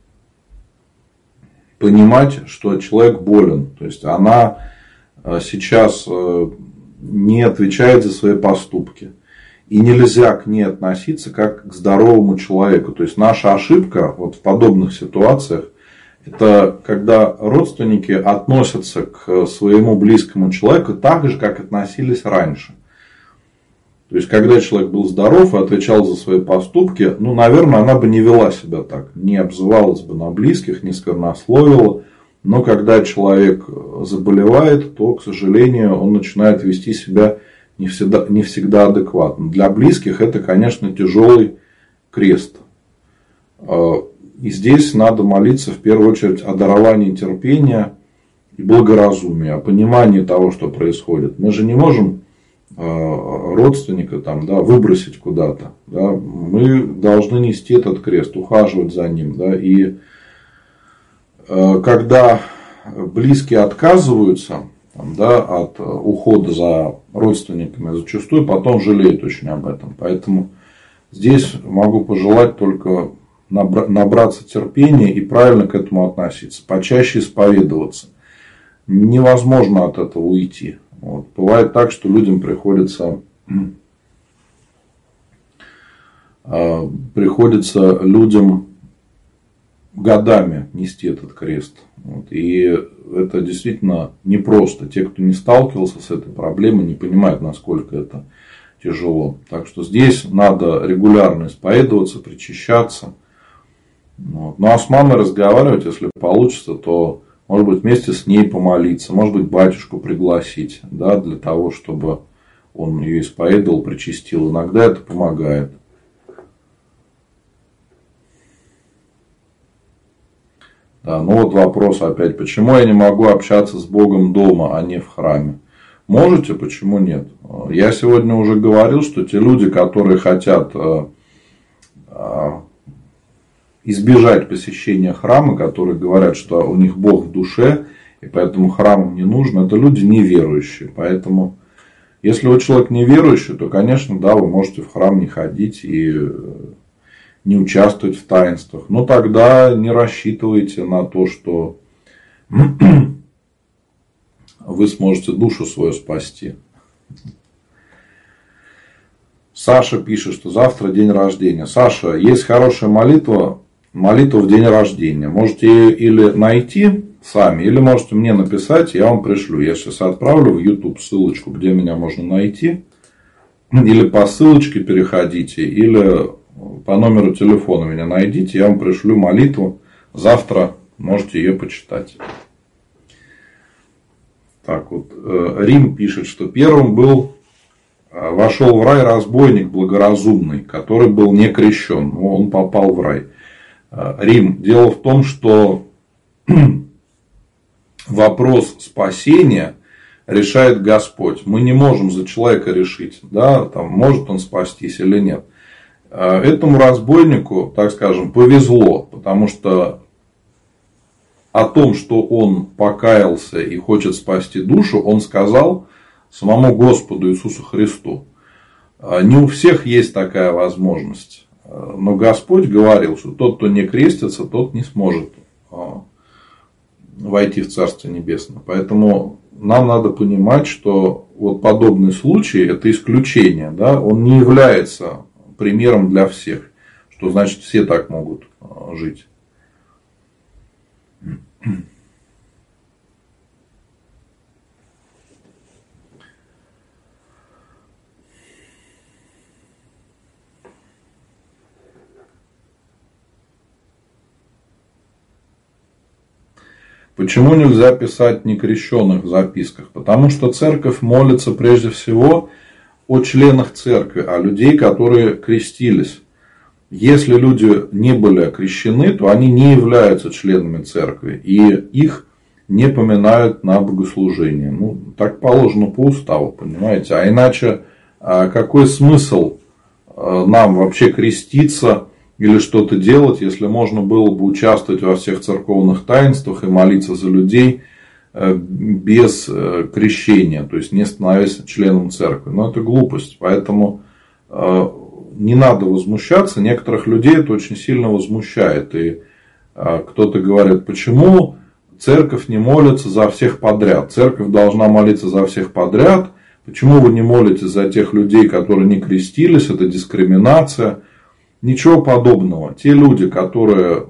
понимать, что человек болен. То есть она сейчас не отвечает за свои поступки. И нельзя к ней относиться как к здоровому человеку. То есть наша ошибка вот в подобных ситуациях, это когда родственники относятся к своему близкому человеку так же, как относились раньше. То есть когда человек был здоров и отвечал за свои поступки, ну, наверное, она бы не вела себя так, не обзывалась бы на близких, не сквернословила. Но когда человек заболевает, то, к сожалению, он начинает вести себя не всегда, не всегда адекватно. Для близких это, конечно, тяжелый крест. И здесь надо молиться в первую очередь о даровании терпения и благоразумия, о понимании того, что происходит. Мы же не можем родственника там, да, выбросить куда-то. Да. Мы должны нести этот крест, ухаживать за ним. Да. И когда близкие отказываются там, да, от ухода за родственниками, зачастую потом жалеют очень об этом. Поэтому здесь могу пожелать только набраться терпения и правильно к этому относиться, почаще исповедоваться. Невозможно от этого уйти. Вот. Бывает так, что людям приходится, приходится людям годами нести этот крест. Вот. И это действительно непросто. Те, кто не сталкивался с этой проблемой, не понимают, насколько это тяжело. Так что здесь надо регулярно исповедоваться, причащаться. Вот. Ну а с мамой разговаривать, если получится, то может быть вместе с ней помолиться, может быть батюшку пригласить, да, для того, чтобы он ее исповедовал, причастил. Иногда это помогает. Да, ну вот вопрос опять, почему я не могу общаться с Богом дома, а не в храме? Можете, почему нет? Я сегодня уже говорил, что те люди, которые хотят избежать посещения храма, которые говорят, что у них Бог в душе, и поэтому храму не нужно, это люди неверующие. Поэтому, если вы человек неверующий, то, конечно, да, вы можете в храм не ходить и не участвовать в таинствах. Но тогда не рассчитывайте на то, что вы сможете душу свою спасти. Саша пишет, что завтра день рождения. Саша, есть хорошая молитва, молитва в день рождения. Можете ее или найти сами, или можете мне написать, я вам пришлю. Я сейчас отправлю в YouTube ссылочку, где меня можно найти. Или по ссылочке переходите, или по номеру телефона меня найдите, я вам пришлю молитву. Завтра можете ее почитать. Так вот, Рим пишет, что первым был, вошел в рай разбойник благоразумный, который был не крещен. Он попал в рай. Рим, дело в том, что вопрос спасения решает Господь. Мы не можем за человека решить, да, там, может он спастись или нет. Этому разбойнику, так скажем, повезло, потому что о том, что он покаялся и хочет спасти душу, он сказал самому Господу Иисусу Христу. Не у всех есть такая возможность. Но Господь говорил, что тот, кто не крестится, тот не сможет войти в Царствие Небесное. Поэтому нам надо понимать, что вот подобный случай – это исключение. Да? Он не является примером для всех. Что значит, все так могут жить. Почему нельзя писать некрещенных в записках? Потому что церковь молится прежде всего о членах церкви, о людей, которые крестились. Если люди не были крещены, то они не являются членами церкви. И их не поминают на богослужении. Ну, так положено по уставу, понимаете. А иначе какой смысл нам вообще креститься или что-то делать, если можно было бы участвовать во всех церковных таинствах и молиться за людей без крещения, то есть не становясь членом церкви. Но это глупость. Поэтому не надо возмущаться. Некоторых людей это очень сильно возмущает. И кто-то говорит, почему церковь не молится за всех подряд? Церковь должна молиться за всех подряд. Почему вы не молитесь за тех людей, которые не крестились? Это дискриминация. Ничего подобного. Те люди, которые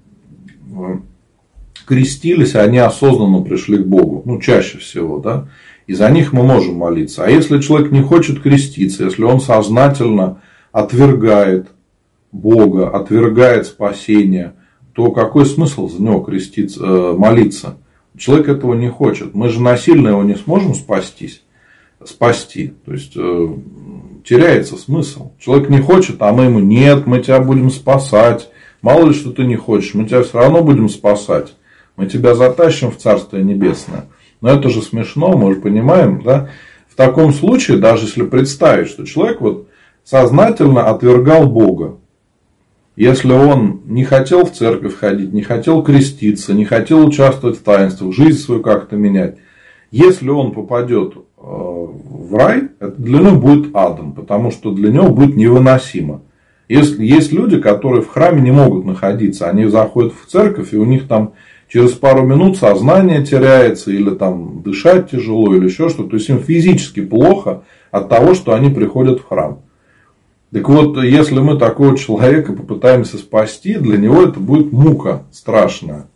крестились, они осознанно пришли к Богу. Ну, чаще всего, да. И за них мы можем молиться. А если человек не хочет креститься, если он сознательно отвергает Бога, отвергает спасение, то какой смысл за него креститься, молиться? Человек этого не хочет. Мы же насильно его не сможем спастись, спасти. То есть теряется смысл. Человек не хочет, а мы ему: нет, мы тебя будем спасать. Мало ли, что ты не хочешь, мы тебя все равно будем спасать. Мы тебя затащим в Царствие Небесное. Но это же смешно, мы же понимаем, да? В таком случае, даже если представить, что человек вот сознательно отвергал Бога, Если он не хотел в церковь ходить, не хотел креститься, не хотел участвовать в таинствах, жизнь свою как-то менять, если он попадет в рай, это для него будет адом, потому что для него будет невыносимо. Если есть люди, которые в храме не могут находиться, они заходят в церковь, и у них там через пару минут сознание теряется, или там дышать тяжело, или еще что-то. То есть им физически плохо от того, что они приходят в храм. Так вот, если мы такого человека попытаемся спасти, для него это будет мука страшная.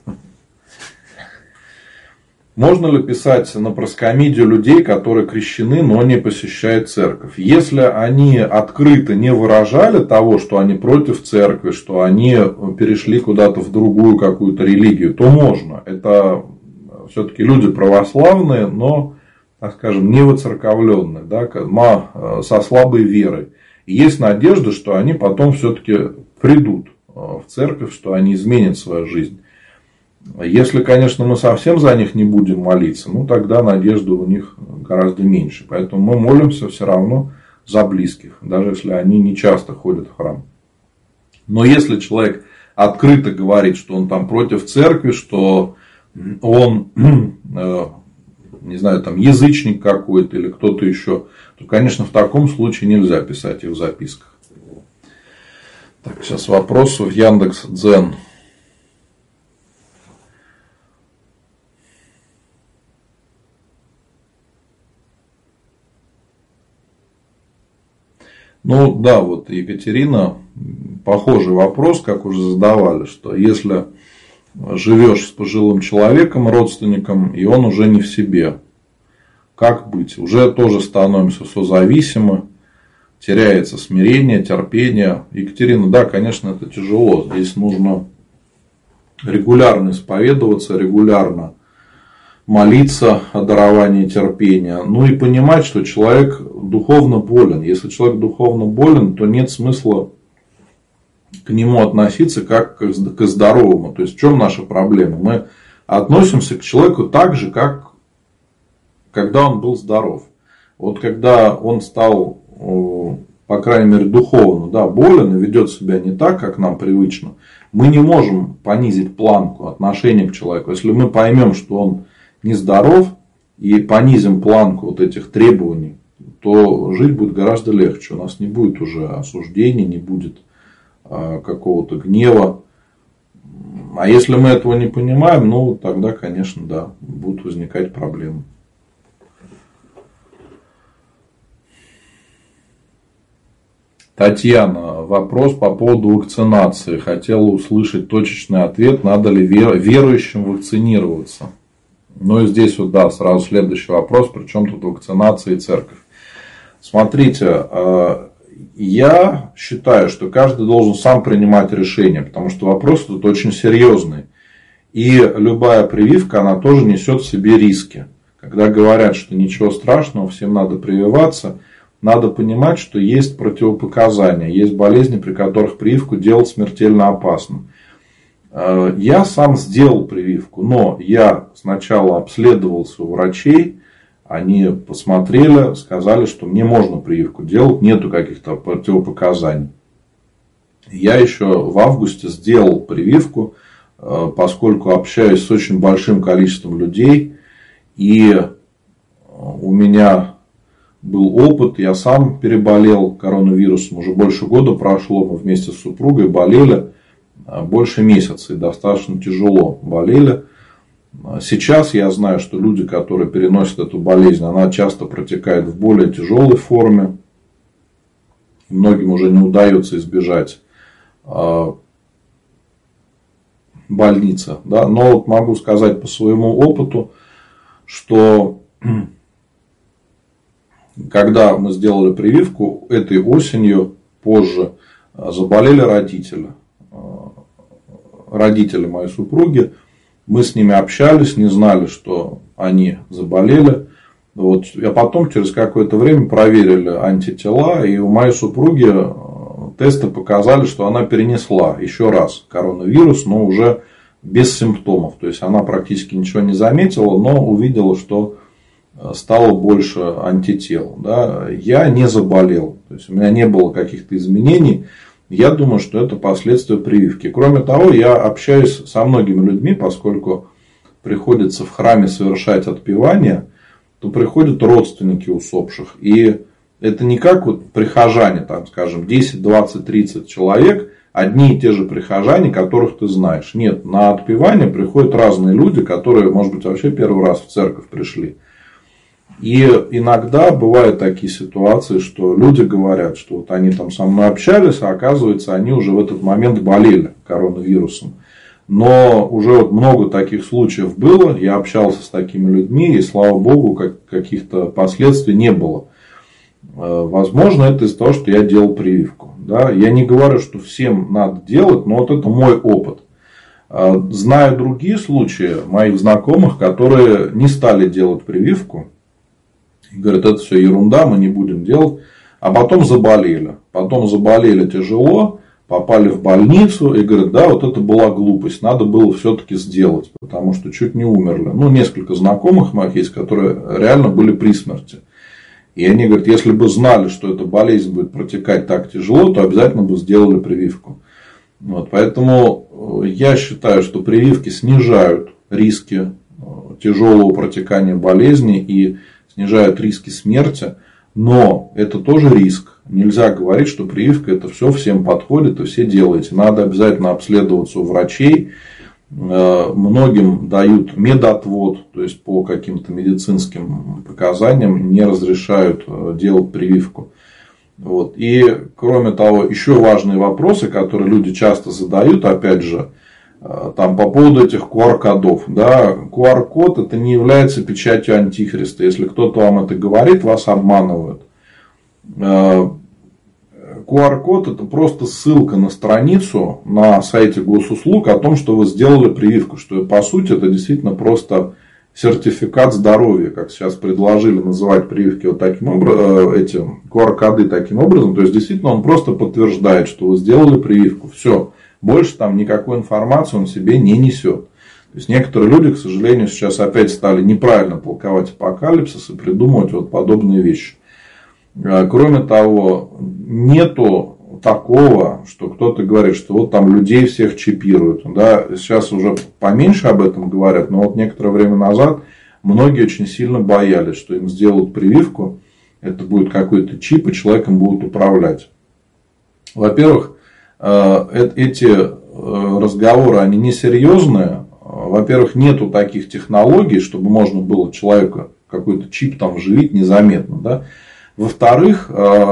Можно ли писать на проскомидию людей, которые крещены, но не посещают церковь? Если они открыто не выражали того, что они против церкви, что они перешли куда-то в другую какую-то религию, то можно. Это все-таки люди православные, но, так скажем, не воцерковленные, да, со слабой верой. И есть надежда, что они потом все-таки придут в церковь, что они изменят свою жизнь. Если, конечно, мы совсем за них не будем молиться, ну тогда надежда у них гораздо меньше. Поэтому мы молимся все равно за близких, даже если они не часто ходят в храм. Но если человек открыто говорит, что он там против церкви, что он, не знаю, там язычник какой-то или кто-то еще, то, конечно, в таком случае нельзя писать их в записках. Так, сейчас вопрос в Яндекс.Дзен. Ну да, вот Екатерина, похожий вопрос, как уже задавали, что если живешь с пожилым человеком, родственником, и он уже не в себе, как быть? Уже тоже становимся созависимы, теряется смирение, терпение. Екатерина, да, конечно, это тяжело. Здесь нужно регулярно исповедоваться, регулярно молиться о даровании терпения. Ну и понимать, что человек духовно болен. Если человек духовно болен, то нет смысла к нему относиться как к здоровому. То есть в чем наша проблема? Мы относимся к человеку так же, как когда он был здоров. Вот когда он стал, по крайней мере, духовно, да, болен и ведет себя не так, как нам привычно, мы не можем понизить планку отношения к человеку. Если мы поймем, что он нездоров, и понизим планку вот этих требований, то жить будет гораздо легче. У нас не будет уже осуждения, не будет какого-то гнева. А если мы этого не понимаем, ну тогда, конечно, да, будут возникать проблемы. Татьяна, вопрос по поводу вакцинации. Хотела услышать точечный ответ, надо ли верующим вакцинироваться. Ну и здесь вот, да, сразу следующий вопрос, причем тут вакцинация и церковь. Смотрите, я считаю, что каждый должен сам принимать решение, потому что вопрос тут очень серьезный. И любая прививка, она тоже несет в себе риски. Когда говорят, что ничего страшного, всем надо прививаться, надо понимать, что есть противопоказания, есть болезни, при которых прививку делать смертельно опасно. Я сам сделал прививку, но я сначала обследовался у врачей, они посмотрели, сказали, что мне можно прививку делать, нету каких-то противопоказаний. Я еще в августе сделал прививку, поскольку общаюсь с очень большим количеством людей, и у меня был опыт, я сам переболел коронавирусом, уже больше года прошло, мы вместе с супругой болели. Больше месяца и достаточно тяжело болели. Сейчас я знаю, что люди, которые переносят эту болезнь, она часто протекает в более тяжелой форме. Многим уже не удается избежать больницы. Да? Но вот могу сказать по своему опыту, что когда мы сделали прививку, этой осенью, позже, заболели родители. Родители моей супруги, мы с ними общались, не знали, что они заболели. Вот. А потом, через какое-то время, проверили антитела, и у моей супруги тесты показали, что она перенесла еще раз коронавирус, но уже без симптомов. То есть она практически ничего не заметила, но увидела, что стало больше антител. Да. Я не заболел, то есть у меня не было каких-то изменений. Я думаю, что это последствия прививки. Кроме того, я общаюсь со многими людьми, поскольку приходится в храме совершать отпевание, то приходят родственники усопших. И это не как вот прихожане, там, скажем, десять, двадцать, тридцать человек, одни и те же прихожане, которых ты знаешь. Нет, на отпевание приходят разные люди, которые, может быть, вообще первый раз в церковь пришли. И иногда бывают такие ситуации, что люди говорят, что вот они там со мной общались, а оказывается, они уже в этот момент болели коронавирусом. Но уже вот много таких случаев было, я общался с такими людьми, и слава богу, как, каких-то последствий не было. Возможно, это из-за того, что я делал прививку. Да? Я не говорю, что всем надо делать, но вот это мой опыт. Знаю другие случаи моих знакомых, которые не стали делать прививку. И говорят, это все ерунда, мы не будем делать. А потом заболели. Потом заболели тяжело, попали в больницу и говорят, да, вот это была глупость, надо было все-таки сделать, потому что чуть не умерли. Ну, несколько знакомых моих есть, которые реально были при смерти. И они говорят, если бы знали, что эта болезнь будет протекать так тяжело, то обязательно бы сделали прививку. Вот, поэтому я считаю, что прививки снижают риски тяжелого протекания болезни и снижают риски смерти, но это тоже риск. Нельзя говорить, что прививка это все всем подходит и все делаете. Надо обязательно обследоваться у врачей. Многим дают медотвод, то есть по каким-то медицинским показаниям не разрешают делать прививку. Вот. И кроме того, еще важные вопросы, которые люди часто задают, опять же, там, по поводу этих ку ар кодов. Да, ку ар код это не является печатью антихриста. Если кто-то вам это говорит, вас обманывают. ку ар код это просто ссылка на страницу на сайте госуслуг о том, что вы сделали прививку. Что по сути это действительно просто сертификат здоровья, как сейчас предложили называть прививки вот таким образом, эти ку ар коды таким образом. То есть действительно он просто подтверждает, что вы сделали прививку. Все. Больше там никакой информации он себе не несет. То есть некоторые люди, к сожалению, сейчас опять стали неправильно толковать апокалипсис и придумывать вот подобные вещи. Кроме того, нету такого, что кто-то говорит, что вот там людей всех чипируют. Да, сейчас уже поменьше об этом говорят, но вот некоторое время назад многие очень сильно боялись, что им сделают прививку, это будет какой-то чип, и человеком будут управлять. Во-первых, эти разговоры, они несерьезные. Во-первых, нету таких технологий, чтобы можно было человеку какой-то чип там вживить незаметно. Да? Во-вторых,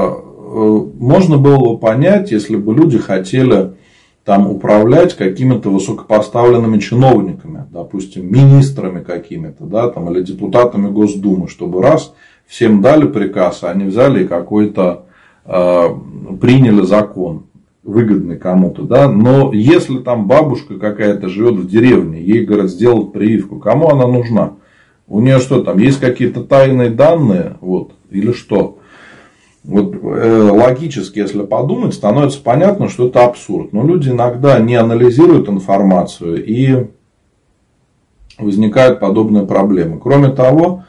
можно было бы понять, если бы люди хотели там управлять какими-то высокопоставленными чиновниками, допустим, министрами какими-то, да, там, или депутатами Госдумы, чтобы раз всем дали приказ, а они взяли и какой-то э, приняли закон, выгодный кому-то, да, но если там бабушка какая-то живет в деревне, ей говорят сделать прививку, кому она нужна? У нее что там, есть какие-то тайные данные, вот, или что? Вот, э, логически, если подумать, становится понятно, что это абсурд. Но люди иногда не анализируют информацию и возникают подобные проблемы. Кроме того,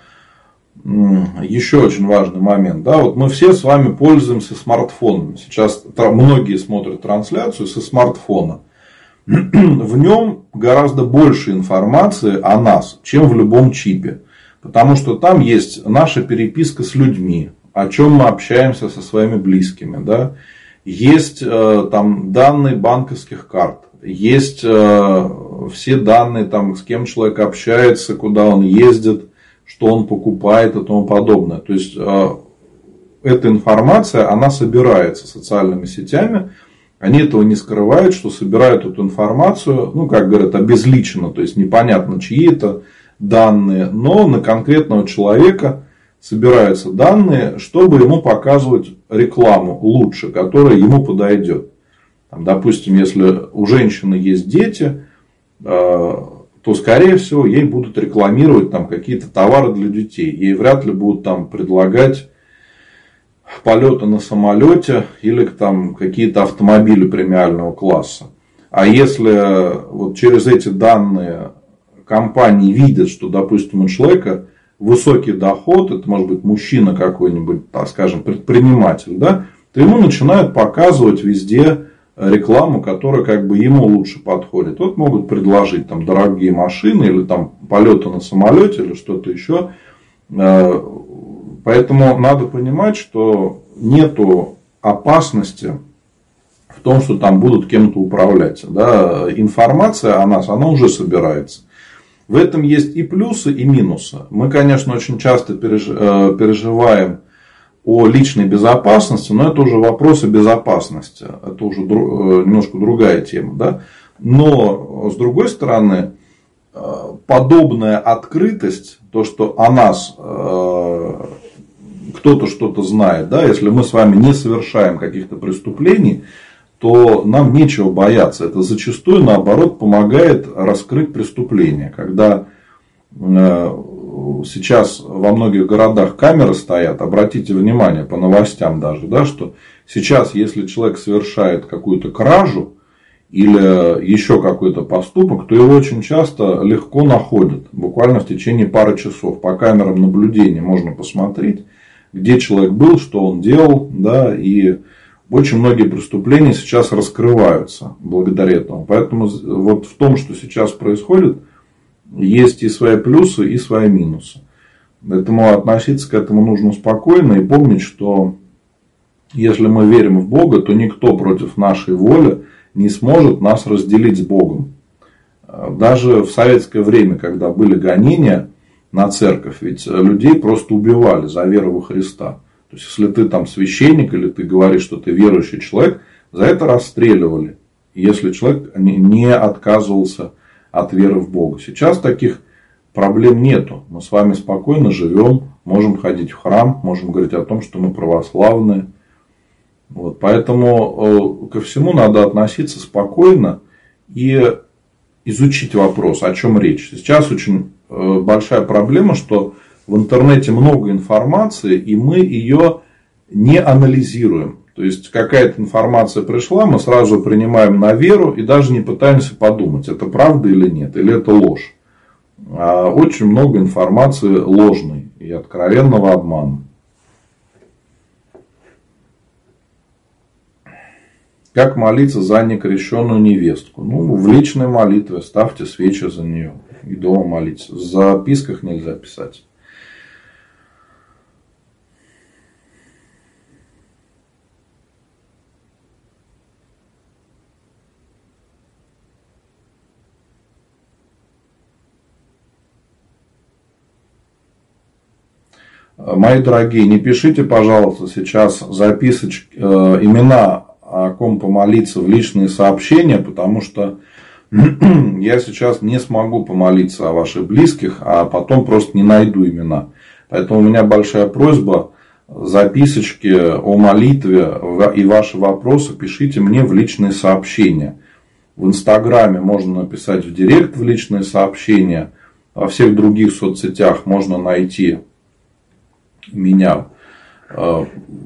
еще очень важный момент. Да, вот мы все с вами пользуемся смартфонами. Сейчас многие смотрят трансляцию со смартфона. В нем гораздо больше информации о нас, чем в любом чипе. Потому что там есть наша переписка с людьми, о чем мы общаемся со своими близкими. Да? Есть э, там данные банковских карт. Есть э, все данные, там, с кем человек общается, куда он ездит, что он покупает и тому подобное. То есть, э, эта информация, она собирается социальными сетями. Они этого не скрывают, что собирают эту информацию, ну, как говорят, обезличенно. То есть, непонятно, чьи это данные. Но на конкретного человека собираются данные, чтобы ему показывать рекламу лучше, которая ему подойдет. Там, допустим, если у женщины есть дети, то, скорее всего, ей будут рекламировать там какие-то товары для детей. Ей вряд ли будут там предлагать полеты на самолете или там какие-то автомобили премиального класса. А если вот через эти данные компании видят, что, допустим, у человека высокий доход, это может быть мужчина какой-нибудь, так скажем, предприниматель, да, то ему начинают показывать везде рекламу, которая как бы ему лучше подходит. Вот могут предложить там дорогие машины или там полеты на самолете или что-то еще. Поэтому надо понимать, что нету опасности в том, что там будут кем-то управлять. Да? Информация о нас, она уже собирается. В этом есть и плюсы, и минусы. Мы, конечно, очень часто переживаем о личной безопасности, но это уже вопросы безопасности. Это уже немножко другая тема. Да? Но, с другой стороны, подобная открытость, то, что о нас кто-то что-то знает, да, если мы с вами не совершаем каких-то преступлений, то нам нечего бояться. Это зачастую, наоборот, помогает раскрыть преступление. Когда сейчас во многих городах камеры стоят, обратите внимание по новостям даже, да, что сейчас, если человек совершает какую-то кражу или еще какой-то поступок, то его очень часто легко находят. Буквально в течение пары часов по камерам наблюдения можно посмотреть, где человек был, что он делал, да, и очень многие преступления сейчас раскрываются благодаря этому. Поэтому вот в том, что сейчас происходит, есть и свои плюсы, и свои минусы. Поэтому относиться к этому нужно спокойно и помнить, что если мы верим в Бога, то никто против нашей воли не сможет нас разделить с Богом. Даже в советское время, когда были гонения на церковь, ведь людей просто убивали за веру во Христа. То есть, если ты там священник или ты говоришь, что ты верующий человек, за это расстреливали, если человек не отказывался от веры в Бога. Сейчас таких проблем нету. Мы с вами спокойно живем, можем ходить в храм, можем говорить о том, что мы православные. Вот. Поэтому ко всему надо относиться спокойно и изучить вопрос, о чем речь. Сейчас очень большая проблема, что в интернете много информации, и мы ее не анализируем. То есть, какая-то информация пришла, мы сразу принимаем на веру и даже не пытаемся подумать, это правда или нет, или это ложь. А очень много информации ложной и откровенного обмана. Как молиться за некрещенную невестку? Ну, в личной молитве ставьте свечи за нее и дома молитесь. В записках нельзя писать. Мои дорогие, не пишите, пожалуйста, сейчас записочки, э, имена, о ком помолиться в личные сообщения, потому что я сейчас не смогу помолиться о ваших близких, а потом просто не найду имена. Поэтому у меня большая просьба, записочки о молитве и ваши вопросы пишите мне в личные сообщения. В Инстаграме можно написать в директ в личные сообщения, во всех других соцсетях можно найти меня по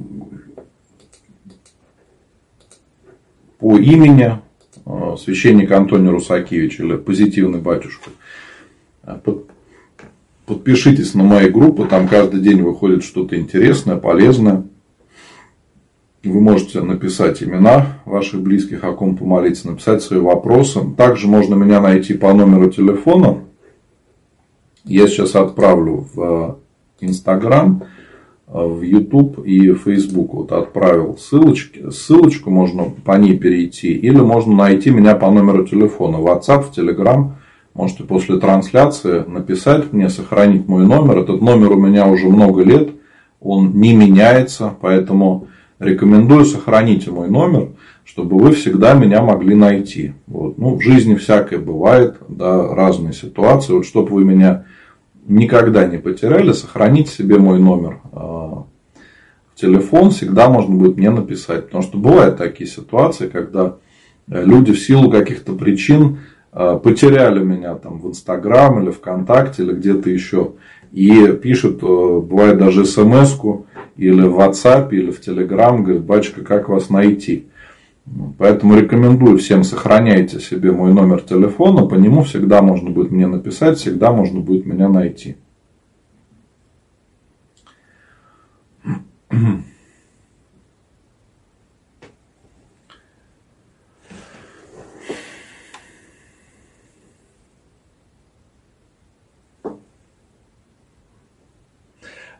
имени священник Антоний Русакевич или позитивный батюшка. Подпишитесь на мои группы, там каждый день выходит что-то интересное, полезное. Вы можете написать имена ваших близких, о ком помолиться, написать свои вопросы. Также можно меня найти по номеру телефона. Я сейчас отправлю в Инстаграм, в Ютуб и в Фейсбук. Вот отправил ссылочки, ссылочку, можно по ней перейти. Или можно найти меня по номеру телефона. В WhatsApp, в Telegram. Можете после трансляции написать мне, сохранить мой номер. Этот номер у меня уже много лет. Он не меняется. Поэтому рекомендую сохранить мой номер, чтобы вы всегда меня могли найти. Вот. Ну, в жизни всякое бывает. Да, разные ситуации. Вот, чтобы вы меня никогда не потеряли, сохраните себе мой номер в телефон, всегда можно будет мне написать. Потому что бывают такие ситуации, когда люди в силу каких-то причин потеряли меня там в Инстаграм или ВКонтакте или где-то еще. И пишут, бывает даже смс-ку или в WhatsApp или в Telegram, говорят: батюшка, как вас найти? Поэтому рекомендую всем, сохраняйте себе мой номер телефона, по нему всегда можно будет мне написать, всегда можно будет меня найти.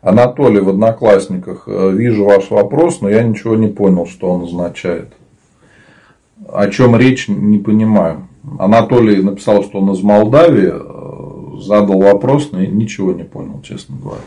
Анатолий в Одноклассниках. Вижу ваш вопрос, но я ничего не понял, что он означает. О чем речь, не понимаю. Анатолий написал, что он из Молдавии. Задал вопрос, но я ничего не понял, честно говоря.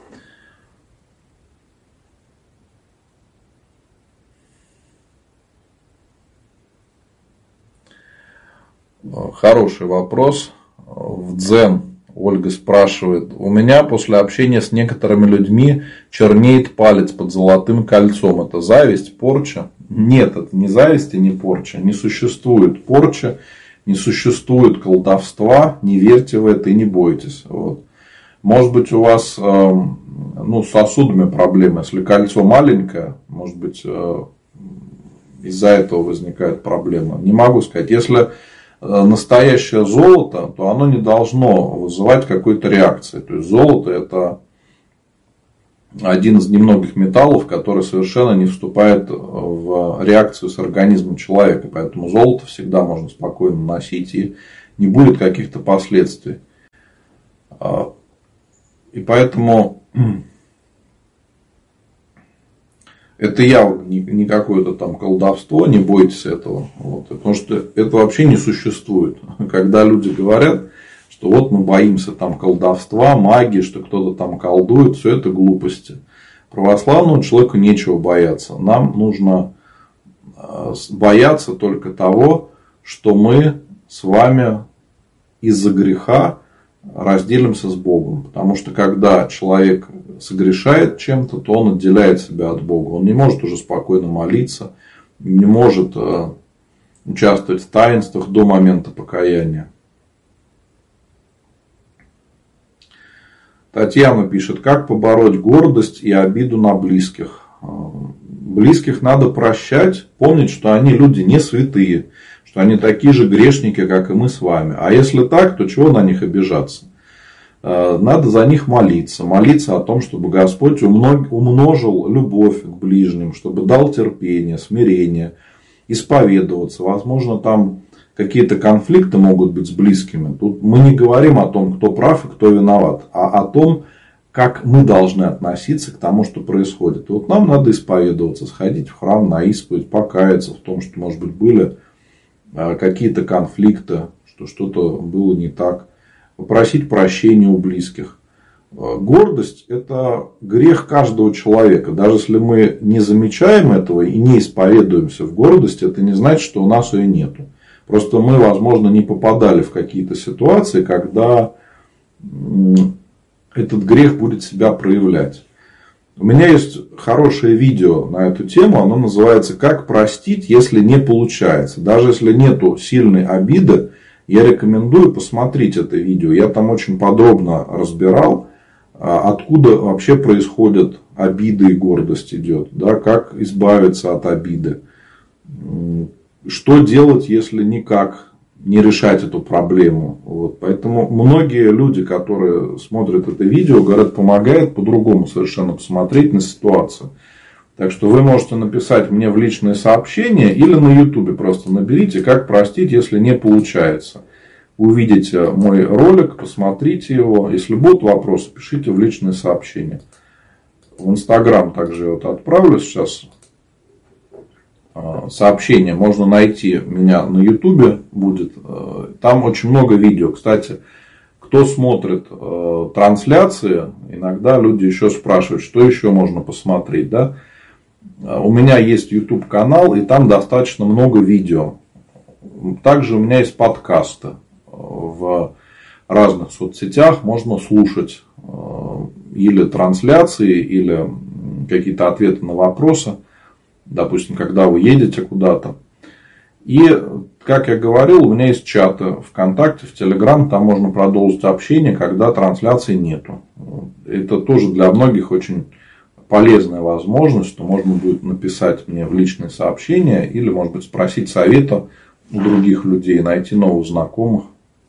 Хороший вопрос. В дзен Ольга спрашивает. У меня после общения с некоторыми людьми чернеет палец под золотым кольцом. Это зависть, порча? Нет, это не зависть и не порча. Не существует порча, не существует колдовства. Не верьте в это и не бойтесь. Вот. Может быть, у вас ну, с сосудами проблемы. Если кольцо маленькое, может быть, из-за этого возникает проблема. Не могу сказать. Если настоящее золото, то оно не должно вызывать какой-то реакции. То есть золото это один из немногих металлов, который совершенно не вступает в реакцию с организмом человека. Поэтому золото всегда можно спокойно носить и не будет каких-то последствий. И поэтому это явно не какое-то там колдовство, не бойтесь этого. Вот, потому что это вообще не существует. Когда люди говорят, что вот мы боимся там колдовства, магии, что кто-то там колдует, все это глупости. Православному человеку нечего бояться. Нам нужно бояться только того, что мы с вами из-за греха разделимся с Богом. Потому что когда человек согрешает чем-то, то он отделяет себя от Бога. Он не может уже спокойно молиться, не может участвовать в таинствах до момента покаяния. Татьяна пишет, как побороть гордость и обиду на близких. Близких надо прощать, помнить, что они люди не святые, что они такие же грешники, как и мы с вами. А если так, то чего на них обижаться? Надо за них молиться. Молиться о том, чтобы Господь умножил любовь к ближним, чтобы дал терпение, смирение, исповедоваться. Возможно, там какие-то конфликты могут быть с близкими. Тут мы не говорим о том, кто прав и кто виноват, а о том, как мы должны относиться к тому, что происходит. И вот нам надо исповедоваться, сходить в храм на исповедь, покаяться в том, что, может быть, были какие-то конфликты, что что-то было не так. Попросить прощения у близких. Гордость – это грех каждого человека. Даже если мы не замечаем этого и не исповедуемся в гордости, это не значит, что у нас ее нету. Просто мы, возможно, не попадали в какие-то ситуации, когда этот грех будет себя проявлять. У меня есть хорошее видео на эту тему. Оно называется «Как простить, если не получается». Даже если нету сильной обиды, я рекомендую посмотреть это видео. Я там очень подробно разбирал, откуда вообще происходят обиды и гордость идет. Да, как избавиться от обиды. Что делать, если никак не решать эту проблему. Вот. Поэтому многие люди, которые смотрят это видео, говорят, помогает по-другому совершенно посмотреть на ситуацию. Так что вы можете написать мне в личные сообщения или на ютубе просто наберите, как простить, если не получается. Увидите мой ролик, посмотрите его. Если будут вопросы, пишите в личные сообщения. В инстаграм также вот отправлю сейчас сообщение. Можно найти меня на ютубе будет. Там очень много видео. Кстати, кто смотрит трансляции, иногда люди еще спрашивают, что еще можно посмотреть. Да? У меня есть YouTube канал, и там достаточно много видео. Также у меня есть подкасты. В разных соцсетях можно слушать или трансляции, или какие-то ответы на вопросы. Допустим, когда вы едете куда-то. И, как я говорил, у меня есть чаты ВКонтакте, в Телеграм. Там можно продолжить общение, когда трансляции нету. Это тоже для многих очень полезная возможность, что можно будет написать мне в личные сообщения или, может быть, спросить совета у других людей, найти новых знакомых.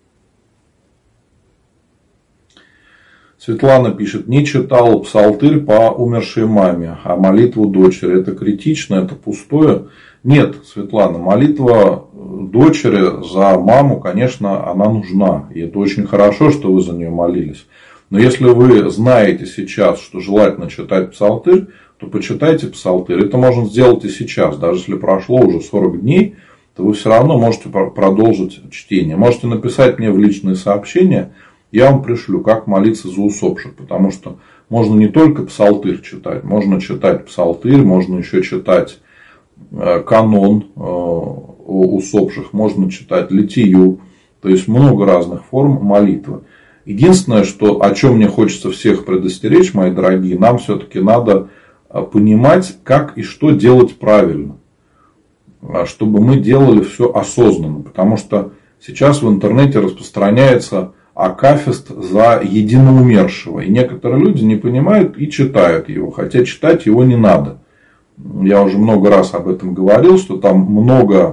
Светлана пишет, не читала псалтырь по умершей маме, а молитву дочери. Это критично, это пустое. Нет, Светлана, молитва дочери за маму, конечно, она нужна. И это очень хорошо, что вы за нее молились. Но если вы знаете сейчас, что желательно читать псалтырь, то почитайте псалтырь. Это можно сделать и сейчас. Даже если прошло уже сорок дней, то вы все равно можете продолжить чтение. Можете написать мне в личные сообщения, я вам пришлю, как молиться за усопших. Потому что можно не только псалтырь читать, можно читать псалтырь, можно еще читать канон о усопших, можно читать литию. То есть много разных форм молитвы. Единственное, что, о чем мне хочется всех предостеречь, мои дорогие, нам все-таки надо понимать, как и что делать правильно. Чтобы мы делали все осознанно. Потому что сейчас в интернете распространяется акафист за единоумершего. И некоторые люди не понимают и читают его. Хотя читать его не надо. Я уже много раз об этом говорил, что там много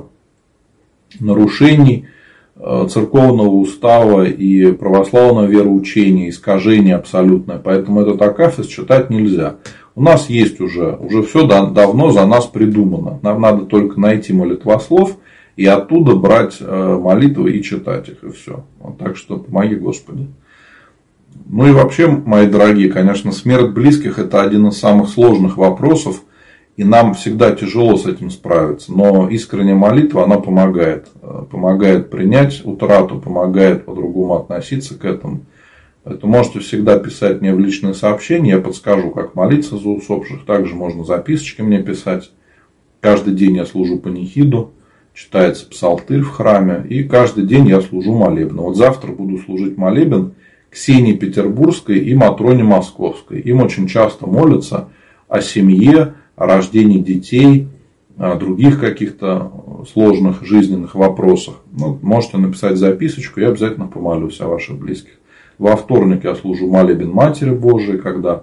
нарушений церковного устава и православного вероучения, искажение абсолютное. Поэтому этот акафист читать нельзя. У нас есть уже, уже все давно за нас придумано. Нам надо только найти молитвослов и оттуда брать молитвы и читать их, и все. Вот, так что помоги, Господи. Ну и вообще, мои дорогие, конечно, смерть близких — это один из самых сложных вопросов. И нам всегда тяжело с этим справиться. Но искренняя молитва, она помогает. Помогает принять утрату, помогает по-другому относиться к этому. Поэтому можете всегда писать мне в личные сообщения. Я подскажу, как молиться за усопших. Также можно записочки мне писать. Каждый день я служу панихиду. Читается псалтырь в храме. И каждый день я служу молебен. Вот завтра буду служить молебен Ксении Петербургской и Матроне Московской. Им очень часто молятся о семье, о рождении детей, о других каких-то сложных жизненных вопросах. Ну, можете написать записочку, я обязательно помолюсь о ваших близких. Во вторник я служу молебен Матери Божией, когда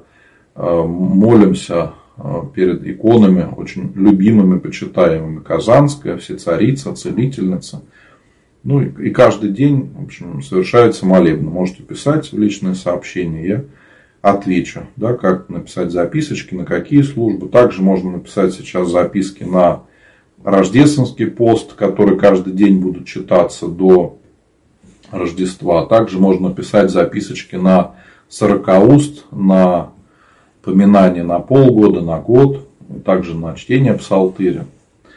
молимся перед иконами, очень любимыми, почитаемыми: Казанская, Всецарица, Целительница. Ну и каждый день, в общем, совершается молебен. Можете писать в личные сообщения, я отвечу, да, как написать записочки, на какие службы. Также можно написать сейчас записки на рождественский пост, который каждый день будут читаться до Рождества. Также можно писать записочки на сорокауст, на поминание на полгода, на год, также на чтение псалтыря.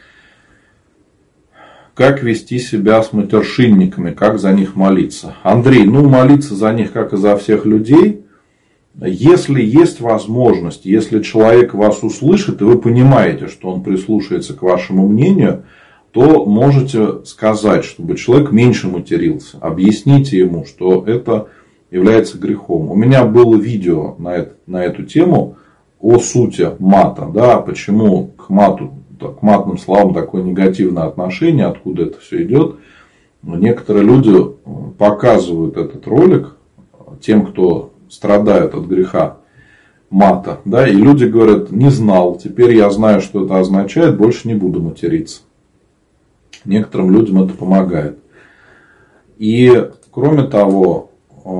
Как вести себя с матершинниками, как за них молиться? Андрей, ну молиться за них, как и за всех людей. Если есть возможность, если человек вас услышит, и вы понимаете, что он прислушается к вашему мнению, то можете сказать, чтобы человек меньше матерился. Объясните ему, что это является грехом. У меня было видео на, это, на эту тему о сути мата. Да, почему к мату, к матным словам такое негативное отношение, откуда это все идет. Некоторые люди показывают этот ролик тем, кто страдают от греха мата. Да, и люди говорят: не знал, теперь я знаю, что это означает, больше не буду материться. Некоторым людям это помогает. И кроме того,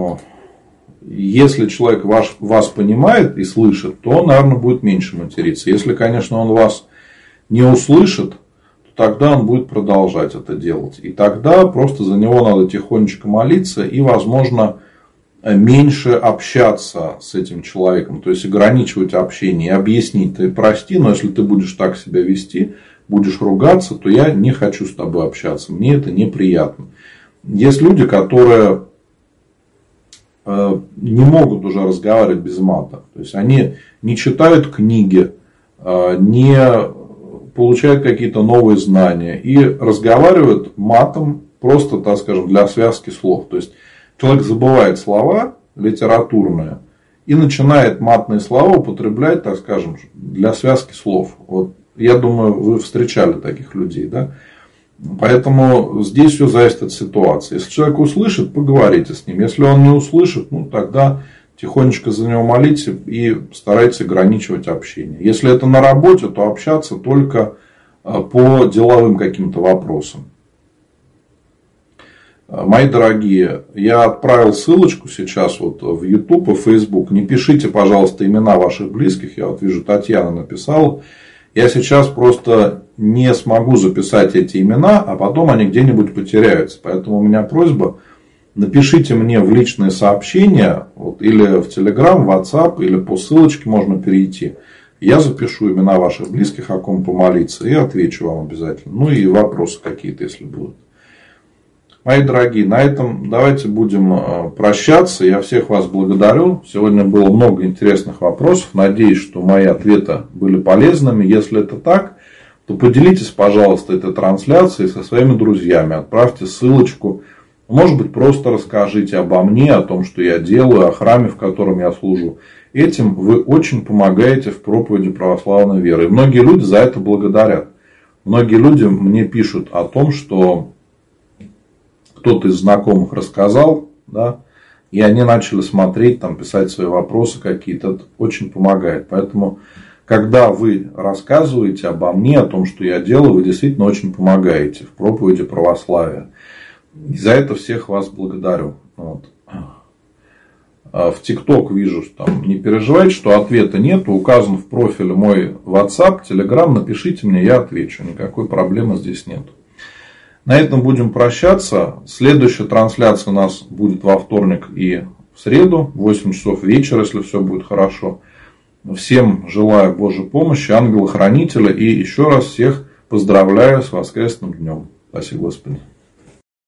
если человек ваш, вас понимает и слышит, то он, наверное, будет меньше материться. Если, конечно, он вас не услышит, то тогда он будет продолжать это делать. И тогда просто за него надо тихонечко молиться и, возможно, меньше общаться с этим человеком. То есть ограничивать общение и объяснить: ты прости, но если ты будешь так себя вести, будешь ругаться, то я не хочу с тобой общаться. Мне это неприятно. Есть люди, которые не могут уже разговаривать без мата. То есть они не читают книги, не получают какие-то новые знания и разговаривают матом просто, так скажем, для связки слов. То есть человек забывает слова литературные и начинает матные слова употреблять, так скажем, для связки слов. Вот я думаю, вы встречали таких людей, да? Поэтому здесь все зависит от ситуации. Если человек услышит, поговорите с ним. Если он не услышит, ну тогда тихонечко за него молитесь и старайтесь ограничивать общение. Если это на работе, то общаться только по деловым каким-то вопросам. Мои дорогие, я отправил ссылочку сейчас вот в YouTube и Facebook. Не пишите, пожалуйста, имена ваших близких. Я вот вижу, Татьяна написала. Я сейчас просто не смогу записать эти имена, а потом они где-нибудь потеряются. Поэтому у меня просьба: напишите мне в личные сообщения, вот, Вот. Или в Telegram, в WhatsApp, или по ссылочке можно перейти. Я запишу имена ваших близких, о ком помолиться, и отвечу вам обязательно. Ну и вопросы какие-то, если будут. Мои дорогие, на этом давайте будем прощаться. Я всех вас благодарю. Сегодня было много интересных вопросов. Надеюсь, что мои ответы были полезными. Если это так, то поделитесь, пожалуйста, этой трансляцией со своими друзьями. Отправьте ссылочку. Может быть, просто расскажите обо мне, о том, что я делаю, о храме, в котором я служу. Этим вы очень помогаете в проповеди православной веры. И многие люди за это благодарят. Многие люди мне пишут о том, что кто-то из знакомых рассказал, да, и они начали смотреть, там, писать свои вопросы какие-то. Это очень помогает. Поэтому, когда вы рассказываете обо мне, о том, что я делаю, вы действительно очень помогаете в проповеди православия. И за это всех вас благодарю. Вот. В ТикТок вижу, что там не переживайте, что ответа нет. Указан в профиле мой WhatsApp, Telegram. Напишите мне, я отвечу. Никакой проблемы здесь нет. На этом будем прощаться. Следующая трансляция у нас будет во вторник и в среду, в восемь часов вечера, если все будет хорошо. Всем желаю Божьей помощи, ангела-хранителя. И еще раз всех поздравляю с воскресным днем. Спасибо, Господи.